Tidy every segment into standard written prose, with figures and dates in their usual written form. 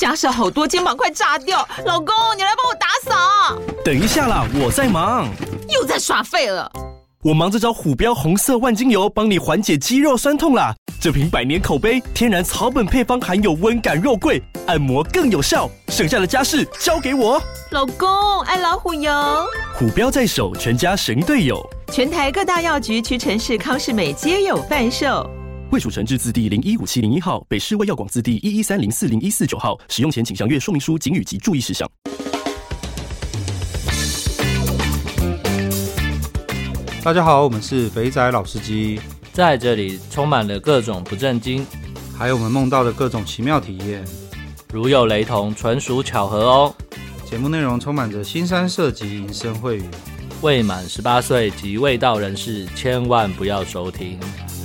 家事好多，肩膀快炸掉。老公，你来帮我打扫。 等一下啦，我在忙。 又在耍废了。 我忙着找虎标红色万金油，帮你缓解肌肉酸痛啦。这瓶100年口碑，天然草本配方，含有温感肉桂，按摩更有效。剩下的家事交给我。 老公，爱老虎油。 虎标在手，全家神队友。 全台各大药局、屈臣氏、康是美皆有贩售。 卫署成字字第015701号，北市卫药广字第113040149号。使用前请详阅说明书、警语及注意事项。 大家好，我们是肥仔老司机， 在这里充满了各种不正经， 还有我们梦到的各种奇妙体验。 如有雷同，纯属巧合哦。 节目内容充满着腥膻色及淫声秽语， 未满18岁及未到人士千万不要收听。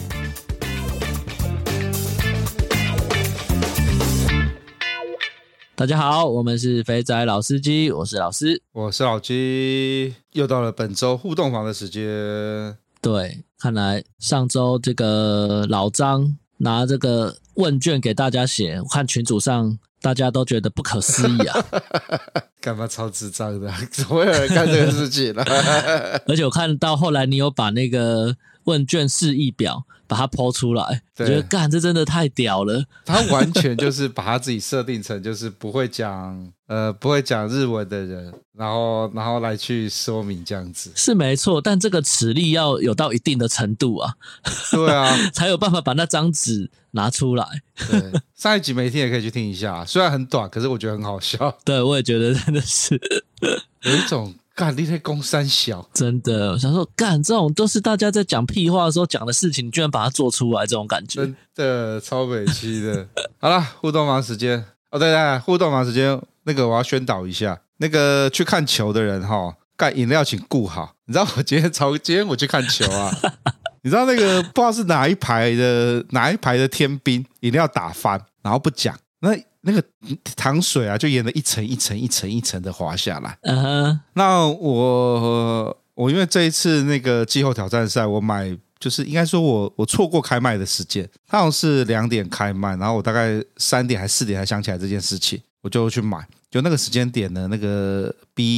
大家好，我们是肥仔老司机，我是老师， 我是老鸡。又到了本周互动房的时间。 对，看来上周这个老张拿这个问卷给大家写，我看群组上大家都觉得不可思议啊。 干嘛超智障的？怎么会有人干这个事情呢？ 而且我看到后来你有把那个问卷示意表把它 po 出来，我觉得干这真的太屌了。 他完全就是把他自己设定成就是不会讲日文的人，然后来去说明这样子。 是没错，但这个齿力要有到一定的程度啊。 对啊， 才有办法把那张纸拿出来。 对，上一集没听也可以去听一下，虽然很短，可是我觉得很好笑。 对，我也觉得真的是有一种干你在攻三小，真的，我想说干这种都是大家在讲屁话的时候讲的事情，你居然把它做出来，这种感觉真的超北七的。好啦，互动房时间哦，对，互动房时间，那个我要宣导一下，那个去看球的人干饮料请顾好。你知道我今天我去看球啊，你知道那个不知道是哪一排的天兵饮料打翻，然后不讲，那个糖水啊，就沿着一层一层一层一层的滑下来。那我因为这一次那个季后挑战赛，我买就是应该说我错过开卖的时间，它好像是2点开卖，然后我大概3点还4点才想起来这件事情，我就去买。就那个时间点呢，那个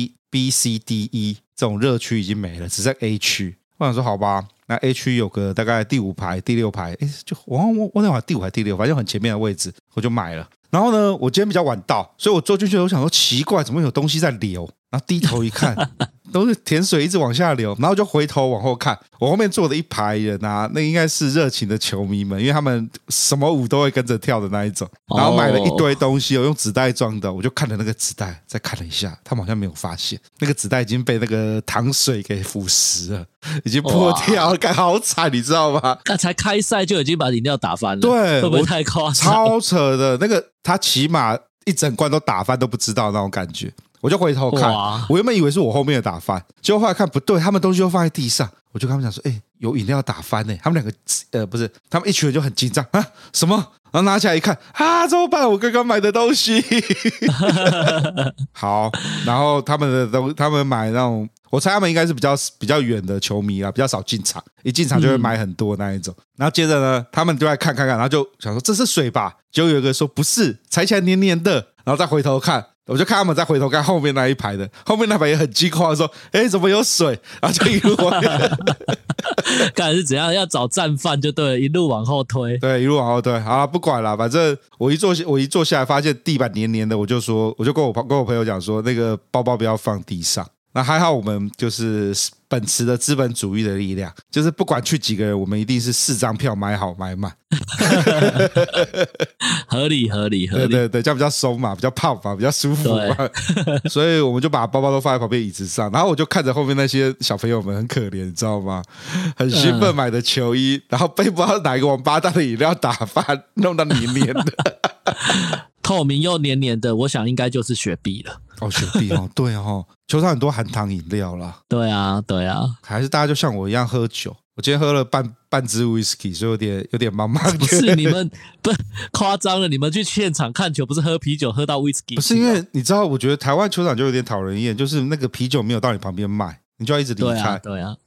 B、C、D、E 这种热区已经没了，只剩 A 区。我想说好吧，那 A 区有个大概第5排、第6排，就我那会第5排、第6，反正很前面的位置，我就买了。然后呢，我今天比较晚到，所以我坐进去我想说奇怪，怎么有东西在流？然后低头一看，都是甜水一直往下流，然后就回头往后看，我后面坐的一排人啊，那应该是热情的球迷们，因为他们什么舞都会跟着跳的那一种。然后买了一堆东西，我用纸袋装的，我就看了那个纸袋，再看了一下，他们好像没有发现那个纸袋已经被那个糖水给腐蚀了，已经破掉了，好惨，你知道吗？ 才开赛就已经把饮料打翻了， 对， 会不会太夸张？ 超扯的，那个他起码一整罐都打翻都不知道那种感觉。我就回头看，我原本以为是我后面的打翻，结果后来看不对，他们东西都放在地上，我就跟他们讲说，有饮料打翻他们两个不是，他们一群人就很紧张啊，什么？然后拿起来一看啊，怎么办？我刚刚买的东西。好，然后他们买那种，我猜他们应该是比较远的球迷啦，比较少进场，一进场就会买很多那一种。然后接着呢，他们就在看，然后就想说这是水吧？结果有一个说不是，踩起来黏黏的，然后再回头看。我就看他们再回头看后面那一排的，后面那排也很惊慌说：“怎么有水？”然后就一路往看是怎样要找战犯就对了，一路往后推。 对，一路往后推。好啦，不管了，反正我一坐下来，发现地板黏黏的，我就跟我朋友讲说，那个包包不要放地上。那还好，我们就是秉持的资本主义的力量，就是不管去几个人，我们一定是4张票买好买满。 合理。 对，这样比较松嘛，比较胖嘛，比较舒服嘛。所以我们就把包包都放在旁边椅子上，然后我就看着后面那些小朋友们很可怜，你知道吗？很兴奋买的球衣，然后被不知道哪一个王八蛋的饮料打翻，弄到黏黏的。 透明又黏黏的，我想应该就是雪碧了。 雪碧对球场很多含糖饮料啦。 对啊， 还是大家就像我一样喝酒。我今天喝了半支 whisky， 所以有点茫茫的。 不是你们不夸张了，你们去现场看球不是喝啤酒喝到 whisky？ 不是因为你知道，我觉得台湾球场就有点讨人厌，就是那个啤酒没有到你旁边卖，你就要一直离开。 对啊，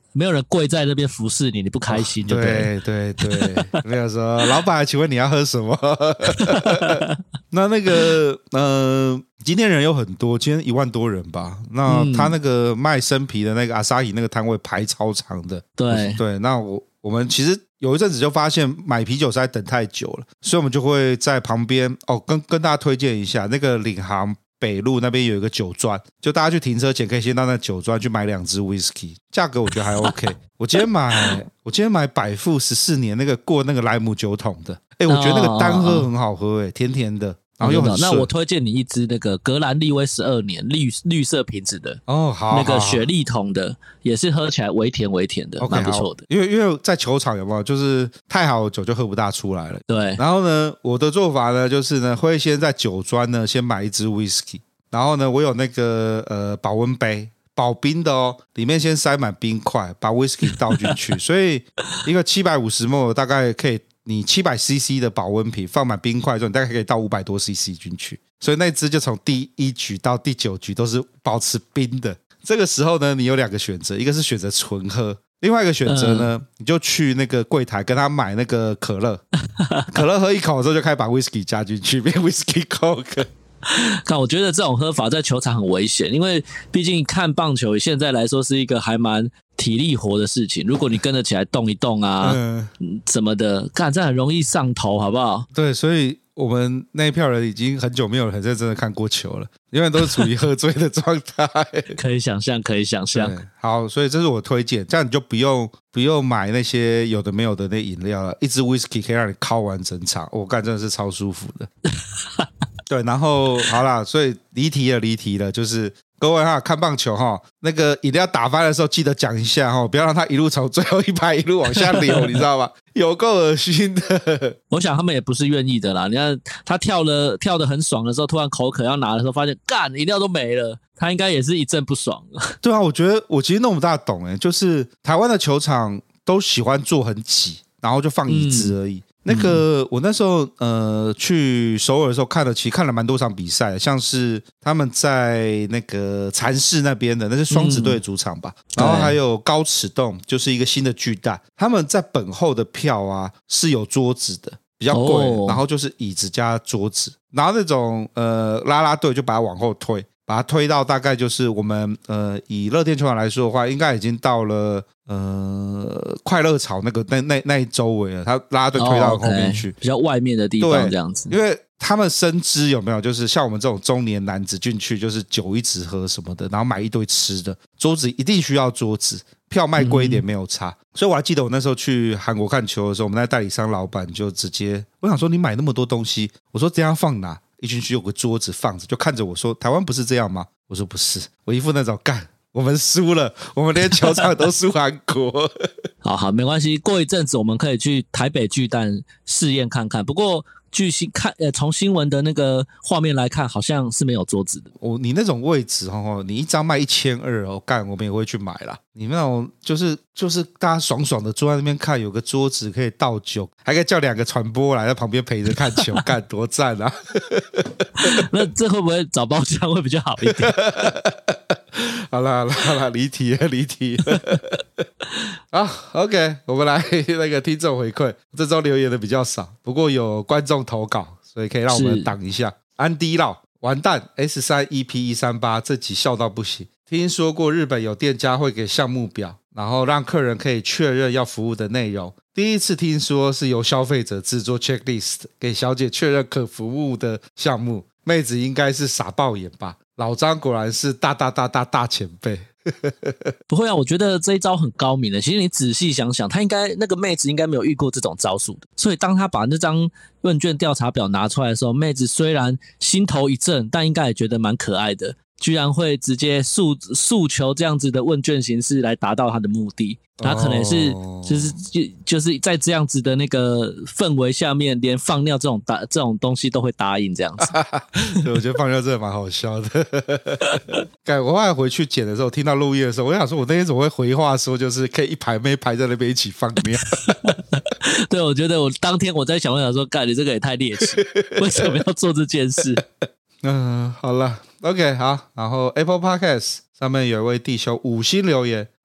没有人跪在那边服侍你，你不开心，对不对？ 对对对，没有说老板，请问你要喝什么？那个今天人有很多，今天1万多人吧。那他那个卖生啤的那个阿萨伊那个摊位排超长的。 对对，那我们其实有一阵子就发现买啤酒实在等太久了，所以我们就会在旁边跟大家推荐一下，那个领航北路那边有一个酒庄，就大家去停车前可以先到那酒庄去买2支 whisky， 价格我觉得还 OK。我今天买百富14年那个过那个莱姆酒桶的，我觉得那个单喝很好喝，甜甜的。然后又很顺。 那我推荐你一支那个格兰利威12年绿色瓶子的好， 那个雪莉桶的，也是喝起来微甜的，蛮不错的。 因为在球场有没有，就是太好的酒就喝不大出来了。 对。 然后呢，我的做法呢，就是呢，会先在酒庄呢先买1支 whisky， 然后呢，我有那个保温杯。保冰的里面先塞满冰块，把 whisky 倒进去，所以一个750ml 大概可以，你700cc 的保温瓶放满冰块之后，你大概可以倒500多 cc 进去，所以那支就从第1局到第9局都是保持冰的。这个时候呢，你有2个选择，一个是选择纯喝，另外一个选择呢，你就去那个柜台跟他买那个可乐，可乐喝一口之后就开始把 whisky 加进去，变 whisky coke。 看，我觉得这种喝法在球场很危险，因为毕竟看棒球现在来说是一个还蛮体力活的事情。如果你跟着起来动一动啊，什么的，干这很容易上头，好不好？ 对，所以我们那一票人已经很久没有很认真的看过球了，永远都是处于喝醉的状态。 可以想象，可以想象。 好，所以这是我推荐，这样你就不用买那些有的没有的那饮料了，一支 whisky 可以让你靠完整场，我干真的是超舒服的。对，然后好啦，所以离题了，就是各位看棒球那个饮料打翻的时候记得讲一下不要让它一路从最后一排一路往下流，你知道吗？有够恶心的。 我想他们也不是愿意的啦，你看他跳得很爽的时候，突然口渴要拿的时候，发现干饮料都没了，他应该也是一阵不爽。 对啊，我觉得我其实弄不大懂就是台湾的球场都喜欢坐很挤，然后就放椅子而已。那个我那时候去首尔的时候其实看了蛮多场比赛的，像是他们在那个禅寺那边的，那是双子队的主场吧，然后还有高尺洞，就是一个新的巨蛋，他们在本后的票啊是有桌子的，比较贵，然后就是椅子加桌子，然后那种啦啦队就把它往后推，把它推到大概就是我们以乐天球场来说的话，应该已经到了快乐草那一周围了，他拉拉队推到后面去， 比较外面的地方这样子。 因为他们深知有没有，就是像我们这种中年男子进去，就是酒一直喝什么的，然后买一堆吃的，桌子一定需要桌子，票卖贵一点没有差。所以我还记得我那时候去韩国看球的时候，我们那代理商老板就直接，我想说你买那么多东西，我说这样放哪？一群去有个桌子放着，就看着我说台湾不是这样吗？我说不是，我一副那种干我们输了，我们连球场都输韩国。 好，没关系，过一阵子我们可以去台北巨蛋试验看看。不过从新闻的那个画面来看，好像是没有桌子的。 你那种位置你一张卖1200干我们也会去买啦。你那种就是大家爽爽的坐在那边看，有个桌子可以倒酒，还可以叫2个传播来在旁边陪着看球，干多赞啊！ 那这会不会找包厢会比较好一点？ 好啦，离题了。好 ，OK， 我们来那个听众回馈。这周留言的比较少，不过有观众投稿，所以可以让我们挡一下。安迪老完蛋 ，S3 EP138 这集笑到不行。听说过日本有店家会给项目表，然后让客人可以确认要服务的内容。第一次听说是由消费者制作 checklist 给小姐确认可服务的项目，妹子应该是傻爆眼吧？老张果然是大前辈。 不会啊，我觉得这一招很高明的。其实你仔细想想，那个妹子应该没有遇过这种招数的。所以当他把那张问卷调查表拿出来的时候，妹子虽然心头一震，但应该也觉得蛮可爱的。居然会直接诉求这样子的问卷形式来达到他的目的，他可能是就是在这样子的那个氛围下面，连放尿这种东西都会答应这样子。 对，我觉得放尿真的蛮好笑的。我后来回去剪的时候，听到录音的时候，我想说，我那天怎么会回话说，就是可以一排妹排在那边一起放尿？ 对，我觉得我当天我在想说，干你这个也太猎奇，为什么要做这件事？ 好了。OK， 好，然后 Apple Podcast 上面有一位弟兄5星留言，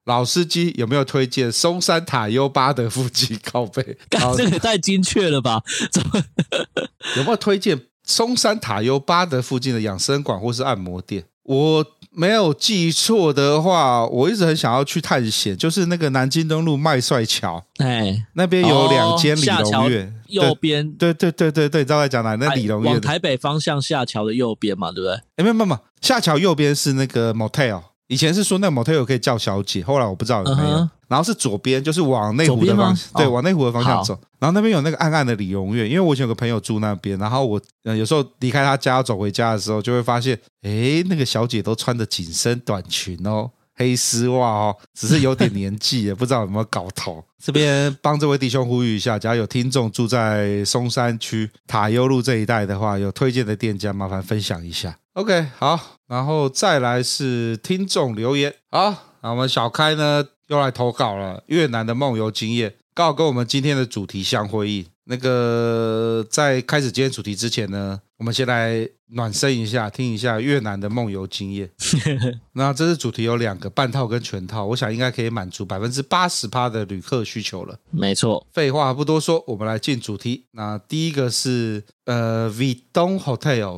老司机有没有推荐松山塔悠巴德附近靠北？ 这个也太精确了吧？ 有没有推荐松山塔悠巴德附近的养生馆或是按摩店？我没有记错的话，我一直很想要去探险，就是那个南京东路麦帅桥，那边有2间理容院， 右边， 对，你知道在讲哪？那理容院往台北方向下桥的右边嘛，对不对？ 没有，下桥右边是那个 motel。以前是说那个 motel 可以叫小姐，后来我不知道有没有。然后是左边，就是往内湖的方向，对，往内湖的方向走。然后那边有那个暗暗的理容院，因为我以前有个朋友住那边，然后我有时候离开他家要走回家的时候，就会发现，那个小姐都穿着紧身短裙哦，黑丝袜哦，只是有点年纪了，不知道有没有搞头。这边帮这位弟兄呼吁一下，假如有听众住在松山区塔悠路这一带的话，有推荐的店家，麻烦分享一下。OK， 好，然后再来是听众留言。好，那我们小开呢又来投稿了，越南的梦游经验，刚好跟我们今天的主题相呼应。那个在开始今天主题之前呢，我们先来暖身一下，听一下越南的梦游经验。那这次主题有2个，半套跟全套，我想应该可以满足 80% 的旅客需求了。 没错， 废话不多说，我们来进主题。那第一个是Vidong Hotel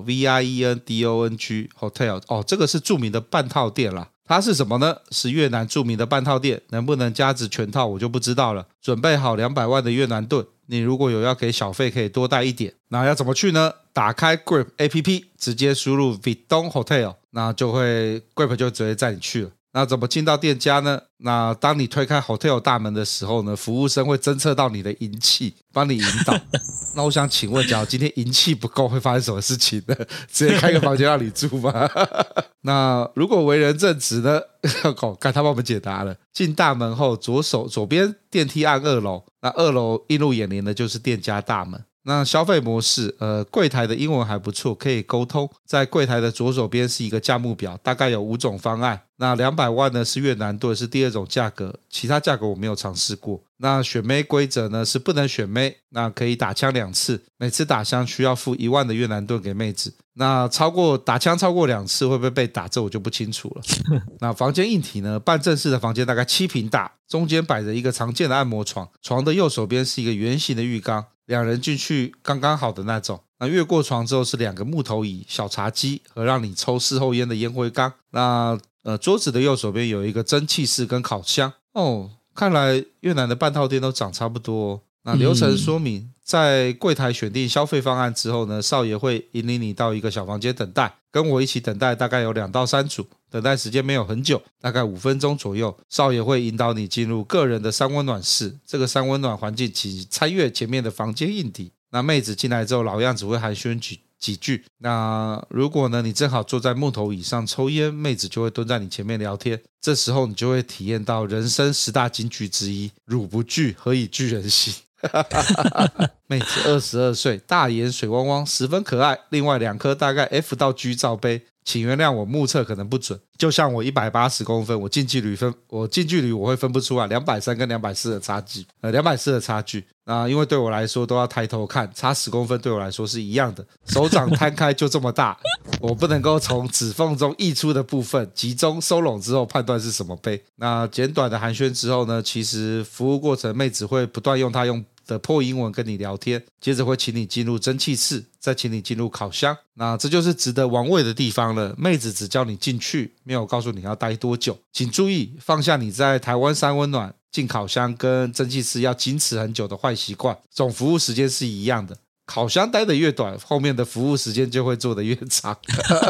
VIENDONG Hotel， 这个是著名的半套店啦。它是什么呢？是越南著名的半套店，能不能加值全套我就不知道了。准备好200万的越南盾，你如果有要给小费可以多带一点。那要怎么去呢？打开 Grab APP， 直接输入 Vidong Hotel， 那就会 Grab 就直接载你去了。那怎么进到店家呢？那当你推开 hotel 大门的时候呢，服务生会侦测到你的银气，帮你引导。那我想请问，假如今天银气不够，会发生什么事情呢？直接开个房间让你住吗？那如果为人正直呢？看他帮我们解答了。进大门后，左边电梯按2楼，那2楼映入眼帘的就是店家大门。那消费模式，柜台的英文还不错，可以沟通。在柜台的左手边是一个价目表，大概有5种方案。那200万呢是越南盾，是第2种价格，其他价格我没有尝试过。那选妹规则呢是不能选妹，那可以打枪2次，每次打枪需要付1万的越南盾给妹子。那打枪超过2次会不会被打，这我就不清楚了。那房间硬体呢，半正式的房间大概7坪大，中间摆着一个常见的按摩床，床的右手边是一个圆形的浴缸，2人进去刚刚好的那种。那越过床之后是2个木头椅、小茶几和让你抽事后烟的烟灰缸。那桌子的右手边有一个蒸汽室跟烤箱。看来越南的半套店都长差不多哦。那流程说明，在柜台选定消费方案之后呢，少爷会引领你到一个小房间等待，跟我一起等待，大概有2到3组，等待时间没有很久，大概5分钟左右。少爷会引导你进入个人的3温暖室，这个3温暖环境请参阅前面的房间硬体。那妹子进来之后老样子会寒暄几句。那如果呢你正好坐在木头椅上抽烟，妹子就会蹲在你前面聊天，这时候你就会体验到人生10大金句之一，汝不惧何以惧人心。妹子22岁，大眼水汪汪，十分可爱。另外2颗大概 F 到 G 罩杯，请原谅我目测可能不准。就像我180公分，我近距离我会分不出来230跟240的差距，240的差距。那因为对我来说都要抬头看，差10公分对我来说是一样的。手掌摊开就这么大，我不能够从指缝中溢出的部分集中收拢之后判断是什么杯。那简短的寒暄之后呢，其实服务过程妹子会不断用的破英文跟你聊天，接着会请你进入蒸汽室，再请你进入烤箱。那这就是值得玩味的地方了，妹子只叫你进去，没有告诉你要待多久。请注意放下你在台湾3温暖进烤箱跟蒸汽室要矜持很久的坏习惯，总服务时间是一样的，烤箱待得越短，后面的服务时间就会做得越长。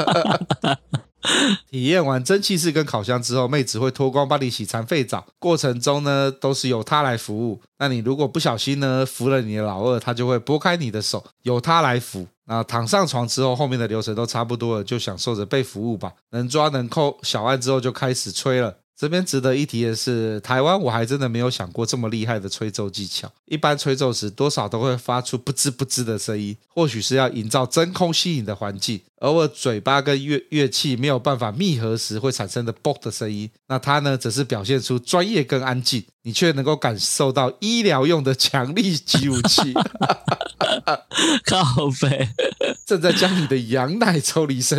体验完蒸汽室跟烤箱之后，妹子会脱光帮你洗残废澡，过程中呢都是由她来服务。那你如果不小心呢扶了你的老二，她就会拨开你的手，由她来扶。那躺上床之后，后面的流程都差不多了，就享受着被服务吧。能抓能扣小案之后就开始吹了。这边值得一提的是，台湾我还真的没有想过这么厉害的吹奏技巧。一般吹奏时多少都会发出不吱不吱的声音，或许是要营造真空吸引的环境，而我嘴巴跟乐器没有办法密合时会产生的啵的声音。那它呢则是表现出专业跟安静，你却能够感受到医疗用的强力击武器。 靠北正在将你的羊奶抽离身体。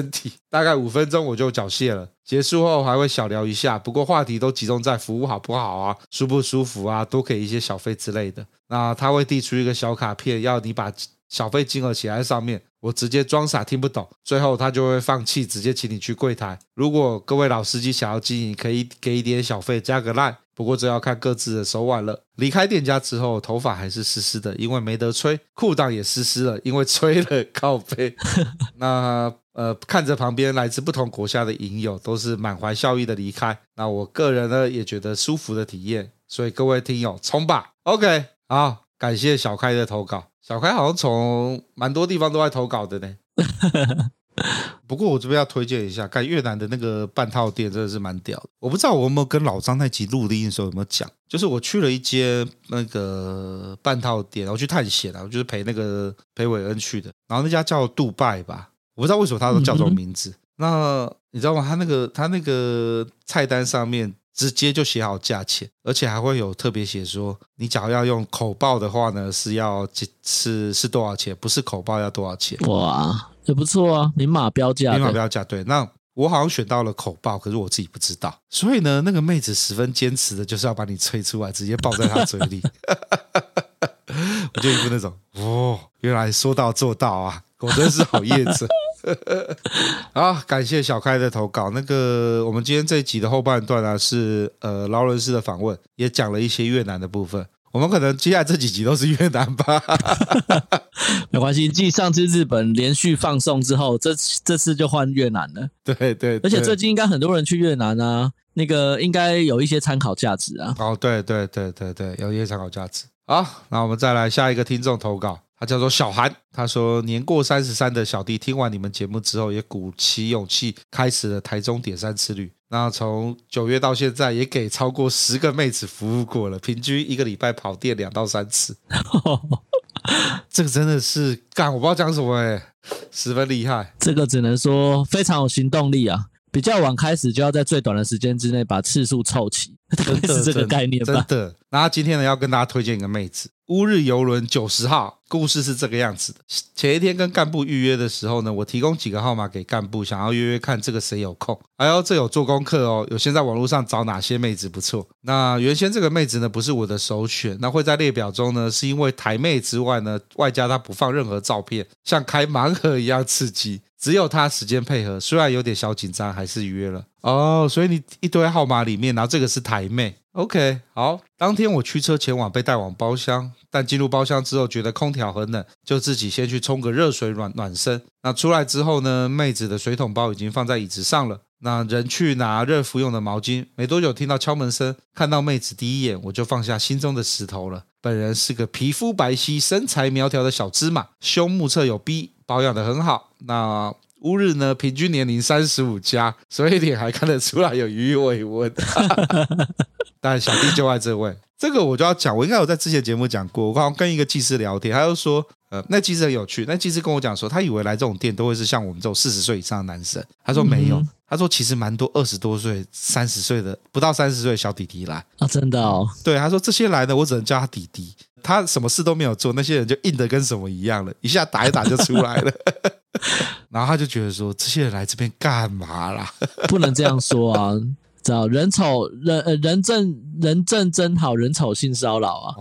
大概5分钟我就缴械了。结束后还会小聊一下，不过话题都集中在服务好不好啊，舒不舒服啊，多给一些小费之类的。那他会递出一个小卡片，要你把小费金额写在上面，我直接装傻听不懂，最后他就会放弃，直接请你去柜台。如果各位老司机想要经营，可以给一点小费加个 line， 不过这要看各自的手腕了。离开店家之后，头发还是湿湿的，因为没得吹，裤裆也湿湿了，因为吹了靠背。那看着旁边来自不同国家的影友都是满怀笑意的离开，那我个人呢也觉得舒服的体验，所以各位听友冲吧 OK。 好，感谢小开的投稿。小开好像从蛮多地方都在投稿的呢。不过我这边要推荐一下，干越南的那个半套店真的是蛮屌的。我不知道我有没有跟老张那集录音的时候有没有讲，就是我去了一间那个半套店，然后去探险啊，我就是陪韦恩去的，然后那家叫杜拜吧，我不知道为什么他都叫这种名字。那你知道吗？他那个菜单上面直接就写好价钱，而且还会有特别写说，你假如要用口报的话呢，是多少钱，不是口报要多少钱。哇， 也不错啊，明码标价。 明码标价，对。那我好像选到了口报，可是我自己不知道，所以呢，那个妹子十分坚持的就是要把你吹出来，直接抱在她嘴里。我就一副那种，原来说到做到啊，果真是好业者。好，感谢小开的投稿。那个我们今天这一集的后半段呢，是劳伦斯的访问，也讲了一些越南的部分。我们可能接下来这几集都是越南吧。 没关系，继上次日本连续放送之后，这次就换越南了。 对对， 而且最近应该很多人去越南啊，那个应该有一些参考价值啊。 对，有一些参考价值。好，那我们再来下一个听众投稿，他叫做小韩。他说，年过33的小弟听完你们节目之后，也鼓起勇气开始了台中点山之旅。那从9月到现在，也给超过10个妹子服务过了，平均1个礼拜跑店2到3次。这个真的是干，我不知道讲什么十分厉害。 这个只能说非常有行动力啊。比较晚开始，就要在最短的时间之内把次数凑齐，大概是这个概念吧。 真的。然后今天呢，要跟大家推荐一个妹子，乌日邮轮90号。故事是这个样子的，前一天跟干部预约的时候呢，我提供几个号码给干部，想要约约看这个谁有空。哎呦，这有做功课哦，有先在网络上找哪些妹子不错。那原先这个妹子呢不是我的首选，那会在列表中呢，是因为台妹之外呢，外加她不放任何照片，像开盲盒一样刺激。只有她时间配合，虽然有点小紧张，还是约了。所以你一堆号码里面，然后这个是台妹。OK， 好。当天我驱车前往，被带往包厢，但进入包厢之后觉得空调很冷，就自己先去冲个热水暖身。那出来之后呢，妹子的水桶包已经放在椅子上了，那人去拿热敷用的毛巾。没多久听到敲门声，看到妹子第一眼，我就放下心中的石头了。本人是个皮肤白皙、身材苗条的小芝麻，胸目侧有 B， 保养得很好。那乌日呢，平均年龄35加，所以脸还看得出来有鱼尾纹。但小弟就爱这位，这个我就要讲，我应该有在之前节目讲过。我刚刚跟一个技师聊天，他就说，那技师很有趣，那技师跟我讲说，他以为来这种店都会是像我们这种40岁以上的男生，他说没有，他说其实蛮多20多岁、30岁的，不到30岁的小弟弟来啊，真的哦。 对，他说这些来的我只能叫他弟弟，他什么事都没有做，那些人就硬的跟什么一样了，一下打一打就出来了。然后他就觉得说，这些人来这边干嘛啦？ 不能这样说啊。人丑人正真好，人丑性骚扰啊。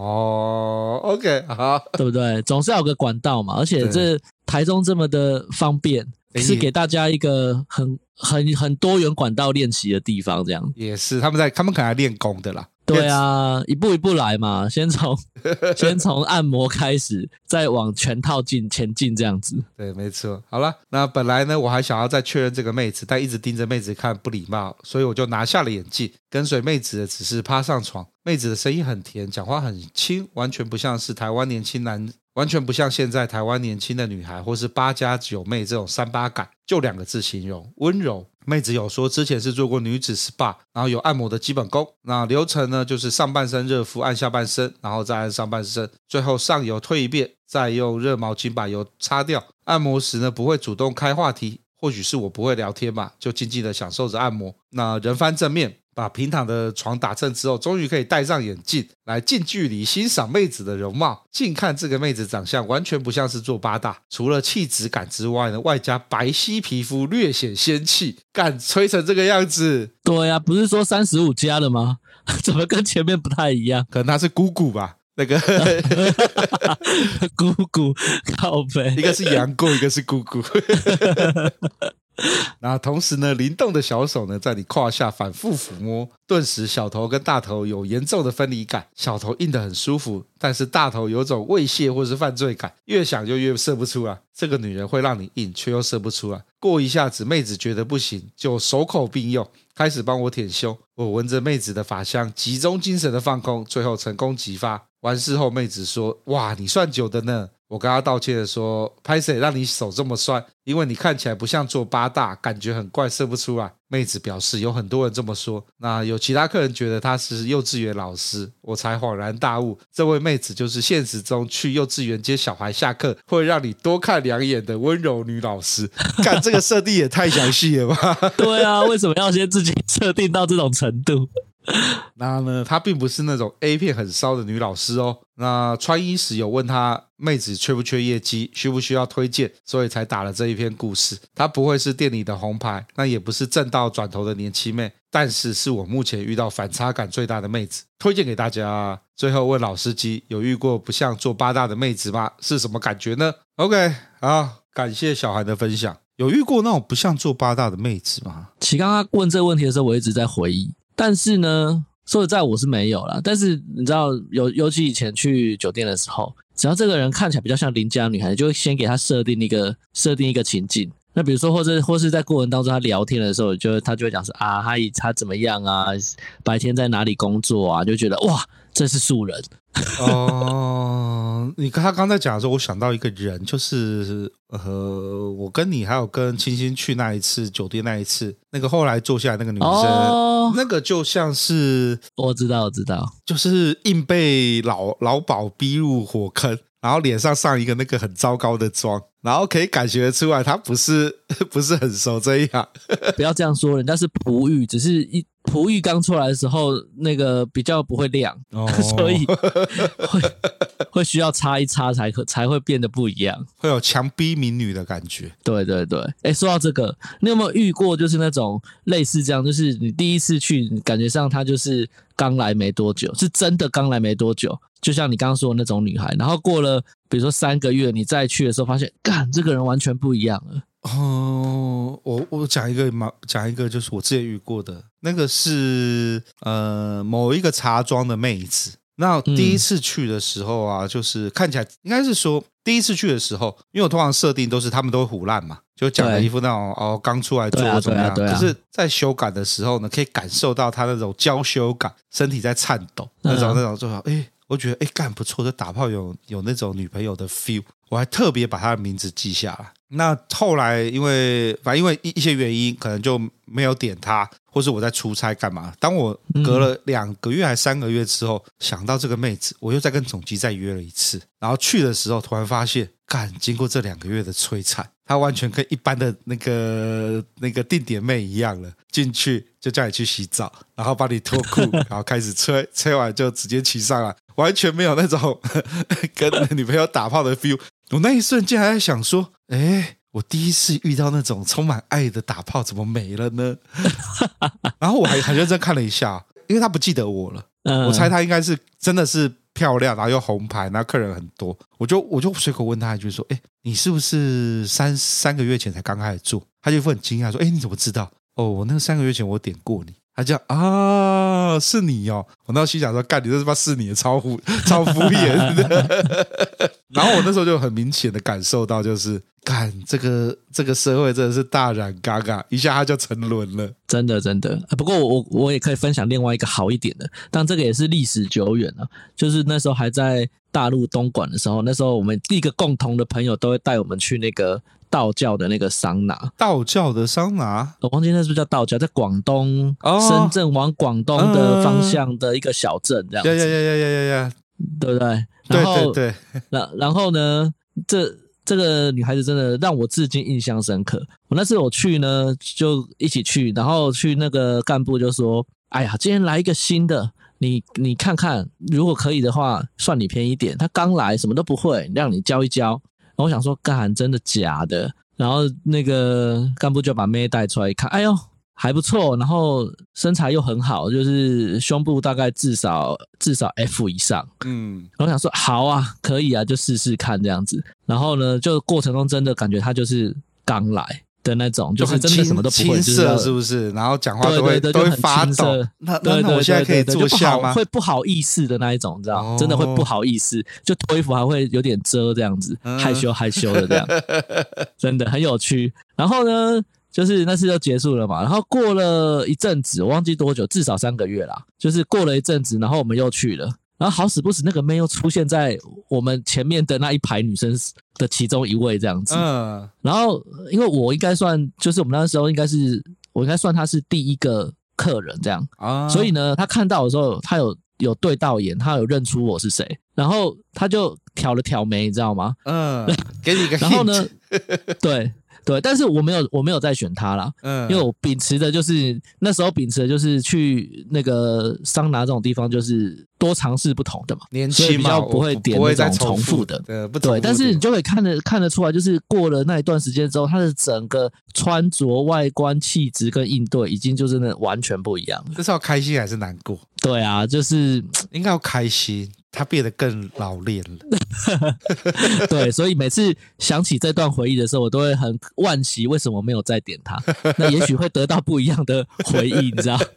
OK， 好， 对不对？总是要有个管道嘛。而且这台中这么的方便，是给大家一个很多元管道练习的地方，这样也是他们可能来练功的啦。 对啊，一步一步来嘛，先从按摩开始，再往全套前进这样子。 对，没错。好了，那本来呢，我还想要再确认这个妹子，但一直盯着妹子看不礼貌，所以我就拿下了眼镜，跟随妹子的只是趴上床。妹子的声音很甜，讲话很轻，完全不像现在台湾年轻的女孩或是8+9妹这种38感，就2个字形容：温柔。妹子有说之前是做过女子 SPA， 然后有按摩的基本功。那流程呢，就是上半身热敷，按下半身，然后再按上半身，最后上油推一遍，再用热毛巾把油擦掉。按摩时呢，不会主动开话题，或许是我不会聊天吧，就静静的享受着按摩。那人翻正面， 把平躺的床打正之后，终于可以戴上眼镜来近距离欣赏妹子的容貌。近看这个妹子长相完全不像是做八大，除了气质感之外呢，外加白皙皮肤略显仙气，干吹成这个样子。 对啊，不是说35加了吗？怎么跟前面不太一样？ 可能她是姑姑吧。那个姑姑靠北， 一个是杨过，一个是姑姑。然后同时呢，灵动的小手呢在你胯下反复抚摸，顿时小头跟大头有严重的分离感，小头硬得很舒服，但是大头有种猥亵或是犯罪感，越想就越射不出来。这个女人会让你硬，却又射不出来。过一下子妹子觉得不行，就手口并用，开始帮我舔胸。我闻着妹子的发香，集中精神的放空，最后成功击发。完事后妹子说，哇，你算久的呢。我跟她道歉的说，拍谁让你手这么酸，因为你看起来不像做八大，感觉很怪，射不出来。妹子表示有很多人这么说，那有其他客人觉得她是幼稚园老师，我才恍然大悟，这位妹子就是现实中去幼稚园接小孩下课会让你多看2眼的温柔女老师。干，这个设定也太详细了吧。 对啊，为什么要先自己设定到这种程度？ 那呢，她并不是那种 A 片很骚的女老师哦。那穿衣时有问她妹子缺不缺业绩，需不需要推荐，所以才打了这一篇故事。她不会是店里的红牌，那也不是正道转头的年轻妹，但是是我目前遇到反差感最大的妹子，推荐给大家。最后问老司机，有遇过不像做八大的妹子吗？是什么感觉呢？ OK， 好，感谢小韩的分享。有遇过那种不像做八大的妹子吗？ 其刚刚问这个问题的时候，我一直在回忆，但是呢，说实在我是没有啦。但是你知道，尤其以前去酒店的时候，只要这个人看起来比较像邻家女孩，就会先给他设定一个情境。那比如说，或是在过程当中他聊天的时候，他就会讲说啊，他怎么样啊，白天在哪里工作啊，就觉得哇，这是素人。 哦，他刚才讲的时候，我想到一个人，就是我跟你还有跟清新去那一次酒店那一次，那个后来坐下来那个女生，那个就像是我知道， 就是硬被老鸨逼入火坑，然后脸上上一个那个很糟糕的妆，然后可以感觉出来他不是很熟这一行。 不要这样说，人家是璞玉，只是璞玉刚出来的时候那个比较不会亮，所以会需要擦一擦才会变得不一样， 会有强逼民女的感觉。 对对对，说到这个，你有没有遇过就是那种类似这样，就是你第一次去，感觉上他就是刚来没多久，是真的刚来没多久，就像你刚刚说的那种女孩，然后过了比如说3个月，你再去的时候发现，干，这个人完全不一样了。 我讲一个就是我之前遇过的，那个是某一个茶庄的妹子。那第一次去的时候啊，就是看起来应该是说第一次去的时候，因为我通常设定都是他们都会唬烂嘛，就讲了一副那种刚出来做怎么样，可是在修改的时候呢，可以感受到他那种娇羞感，身体在颤抖，那种就好，我觉得干不错，这打炮有那种女朋友的 feel， 我还特别把她的名字记下来。那后来因为一些原因，可能就没有点她，或是我在出差干嘛。当我隔了2个月还3个月之后，想到这个妹子，我又再跟总机再约了一次。然后去的时候，突然发现，经过这2个月的摧残，她完全跟一般的那个定点妹一样了。进去就叫你去洗澡，然后帮你脱裤，然后开始吹完就直接骑上来，完全没有那种跟女朋友打炮的 feel。我那一瞬间还在想说，我第一次遇到那种充满爱的打炮怎么没了呢？然后我还认真看了一下，因为他不记得我了，我猜他应该是真的是漂亮，然后又红牌，然后客人很多，我就随口问他一句说，你是不是三个月前才刚开始做？他就很惊讶说，你怎么知道？我那个3个月前我点过你。他讲啊，是你哦！我那时候心想说，干，你这他妈是你的，超敷衍的。然后我那时候就很明显的感受到，就是干这个社会真的是大染嘎嘎，一下他就沉沦了， 真的。不过我也可以分享另外一个好一点的，但这个也是历史久远了，就是那时候还在大陆东莞的时候，那时候我们一个共同的朋友都会带我们去那个道教的那个桑拿。 道教的桑拿， 我忘记那是不是叫道教，在广东深圳往广东的方向的一个小镇这样子。 呀， 对不对？ 对。 然后呢，这个女孩子真的让我至今印象深刻。我那次我去呢，就一起去，然后去那个干部就说， 哎呀，今天来一个新的，你看看，如果可以的话，算你便宜一点。他刚来，什么都不会，让你教一教。然后我想说，干，真的假的？然后那个干部就把妹带出来一看，哎呦，还不错，然后身材又很好，就是胸部大概至少 F 以上。然后想说，好啊，可以啊，就试试看这样子。然后呢，就过程中真的感觉他就是刚来的那种，就是真的什么都不会， 青涩是不是？然后讲话都会发抖。那我现在可以坐下吗？ 会不好意思的那一种，你知道？真的会不好意思，就脱衣服还会有点遮这样子，害羞的这样，真的很有趣。然后呢，就是那次就结束了嘛。然后过了一阵子，我忘记多久，至少3个月啦。就是过了一阵子，然后我们又去了。然后好死不死，那个妹又出现在我们前面的那一排女生的其中一位这样子。然后因为我应该算，就是我们那时候我应该算她是第一个客人这样。所以呢，她看到的时候，她有对到眼，她有认出我是谁，然后她就挑了挑眉，你知道吗？ 给你一个 hint。 然后呢，对，但是我没有再选他啦，因为我那时候秉持的就是去那个桑拿这种地方，就是多尝试不同的嘛， 年轻嘛， 所以比较不会点那种重复的，对，但是你就可以看得出来，就是过了那一段时间之后，他的整个穿着、外观、气质跟应对，已经就真的完全不一样了。 这是要开心还是难过？ 对啊，就是应该要开心。他变得更老练了。 对，所以每次想起这段回忆的时候，我都会很惋惜为什么没有再点他。那也许会得到不一样的回忆，你知道。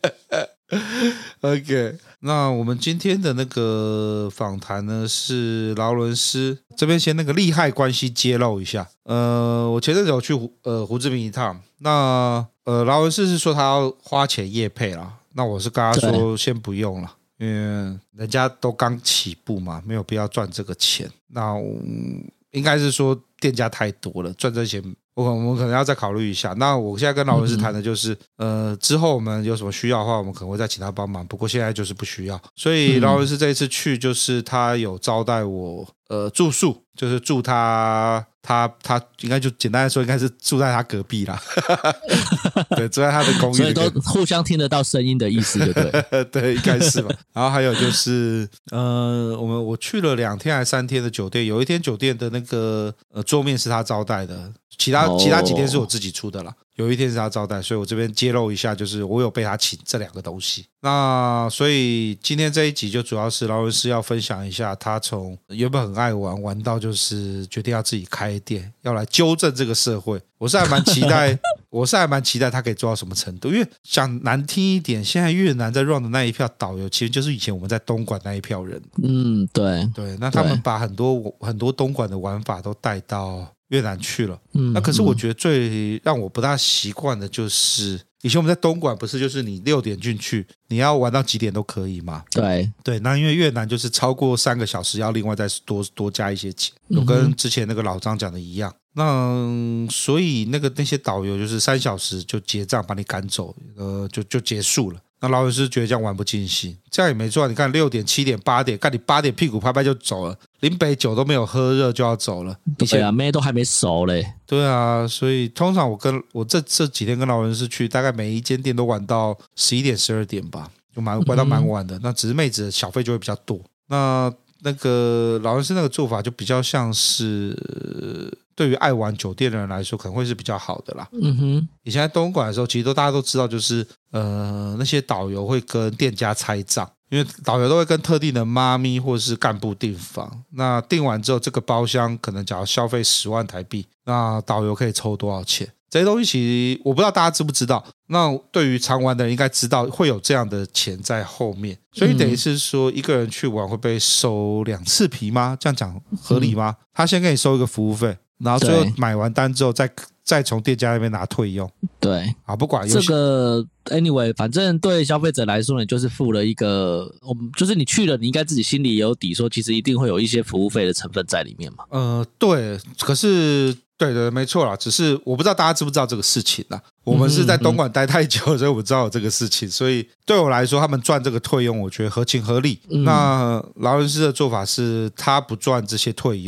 OK， 那我们今天的那个访谈呢是劳伦斯这边，先那个利害关系揭露一下。我前阵子有去胡志明一趟，那劳伦斯是说他要花钱业配啦，那我是跟他说先不用了。因为人家都刚起步嘛，没有必要赚这个钱。那应该是说店家太多了，赚这钱我们可能要再考虑一下。那我现在跟劳伦斯谈的就是，之后我们有什么需要的话，我们可能会再请他帮忙。不过现在就是不需要。所以劳伦斯这一次去，就是他有招待我住宿，就是住他应该就简单的说，应该是住在他隔壁啦。对，住在他的公寓， 所以都互相听得到声音的意思，对不对？ 对，应该是吧。然后还有就是，我去了2天还3天的酒店，有一天酒店的那个桌面是他招待的，其他几天是我自己出的啦。有一天是他招待，所以我这边揭露一下，就是我有被他请这2个东西。那所以今天这一集就主要是劳伦斯要分享一下他从原本很爱玩到就是决定要自己开店，要来纠正这个社会。我是还蛮期待他可以做到什么程度，因为讲难听一点，现在越南在 run 的那一票导游，其实就是以前我们在东莞那一票人。对，那他们把很多东莞的玩法都带到越南去了。那可是我觉得最让我不大习惯的就是以前我们在东莞不是就是你6点进去，你要玩到几点都可以嘛？对，那因为越南就是超过3个小时要另外再多加一些钱，我跟之前那个老张讲的一样。那所以那些导游就是3小时就结账把你赶走，就结束了。那劳伦斯觉得这样玩不尽兴，这样也没错。你看6点、7点、8点，看你8点屁股拍拍就走了，林北酒都没有喝热就要走了。 对啊，妹都还没熟嘞。 对啊，所以通常我这几天跟劳伦斯去，大概每一间店都玩到11点、12点吧，就玩到蛮晚的。那只是妹子的小费就会比较多。那个劳伦斯那个做法就比较像是对于爱玩酒店的人来说可能会是比较好的啦。以前在东莞的时候，其实大家都知道，就是那些导游会跟店家拆账，因为导游都会跟特定的妈咪或是干部订房，那订完之后这个包厢可能假如消费10万台币，那导游可以抽多少钱？这些东西其实我不知道大家知不知道，那对于常玩的人应该知道会有这样的钱在后面，所以等于是说一个人去玩会被收2次皮吗？这样讲合理吗？他先给你收一个服务费，然后最后买完单之后再从店家那边拿退用。对啊，不管这个 anyway， 反正对消费者来说呢，就是付了一个，就是你去了，你应该自己心里也有底，说其实一定会有一些服务费的成分在里面嘛。 对，可是对，没错啦，只是我不知道大家知不知道这个事情啦。我们是在东莞待太久，所以我知道有这个事情，所以对我来说他们赚这个退用我觉得合情合理。那劳伦斯的做法是他不赚这些退用，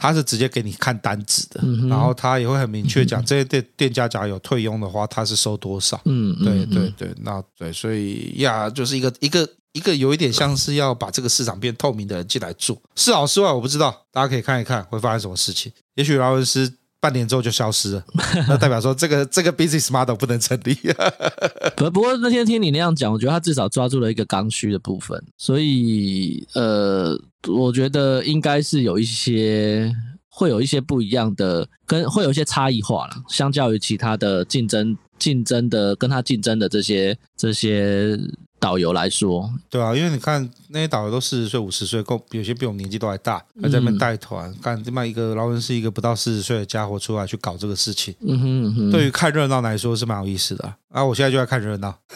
他是直接给你看单子的，然后他也会很明确讲，这些店家假如有退佣的话，他是收多少。对，那对，所以呀，就是一个有一点像是要把这个市场变透明的人进来做，是好是坏我不知道，大家可以看一看会发生什么事情。也许劳伦斯半年之后就消失了，那代表说这个 business model 不能成立。 不过那天听你那样讲，我觉得他至少抓住了一个刚需的部分，所以我觉得应该是会有一些不一样的，会有一些差异化啦，相较于其他的竞争的跟他竞争的这些导游来说。 对啊，因为你看那些导游都40岁50岁，有些比我们年纪都还大，还在那边带团，干这么一个劳伦斯一个不到40岁的家伙出来去搞这个事情，对于看热闹来说是蛮有意思的啊！我现在就在看热闹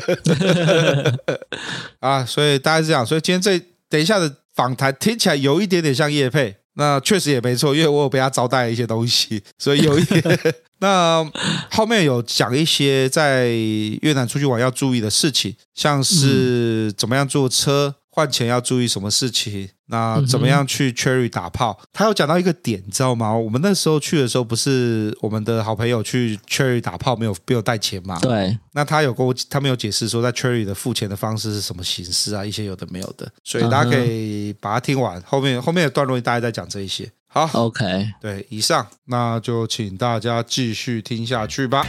啊，所以大概是这样。所以今天等一下的访谈听起来有一点点像业配，那确实也没错，因为我有被他招待一些东西，所以有一点。那后面有讲一些在越南出去玩要注意的事情，像是怎么样坐车，换钱要注意什么事情，那怎么样去 Cherry 打炮。他有讲到一个点，你知道吗？我们那时候去的时候，不是我们的好朋友去 Cherry 打炮没有带钱吗？ 对。 那他没有解释说在 Cherry 的付钱的方式是什么形式啊，一些有的没有的，所以大家可以把它听完，后面的段落大家在讲这一些。好 ，OK， 对，以上那就请大家继续听下去吧。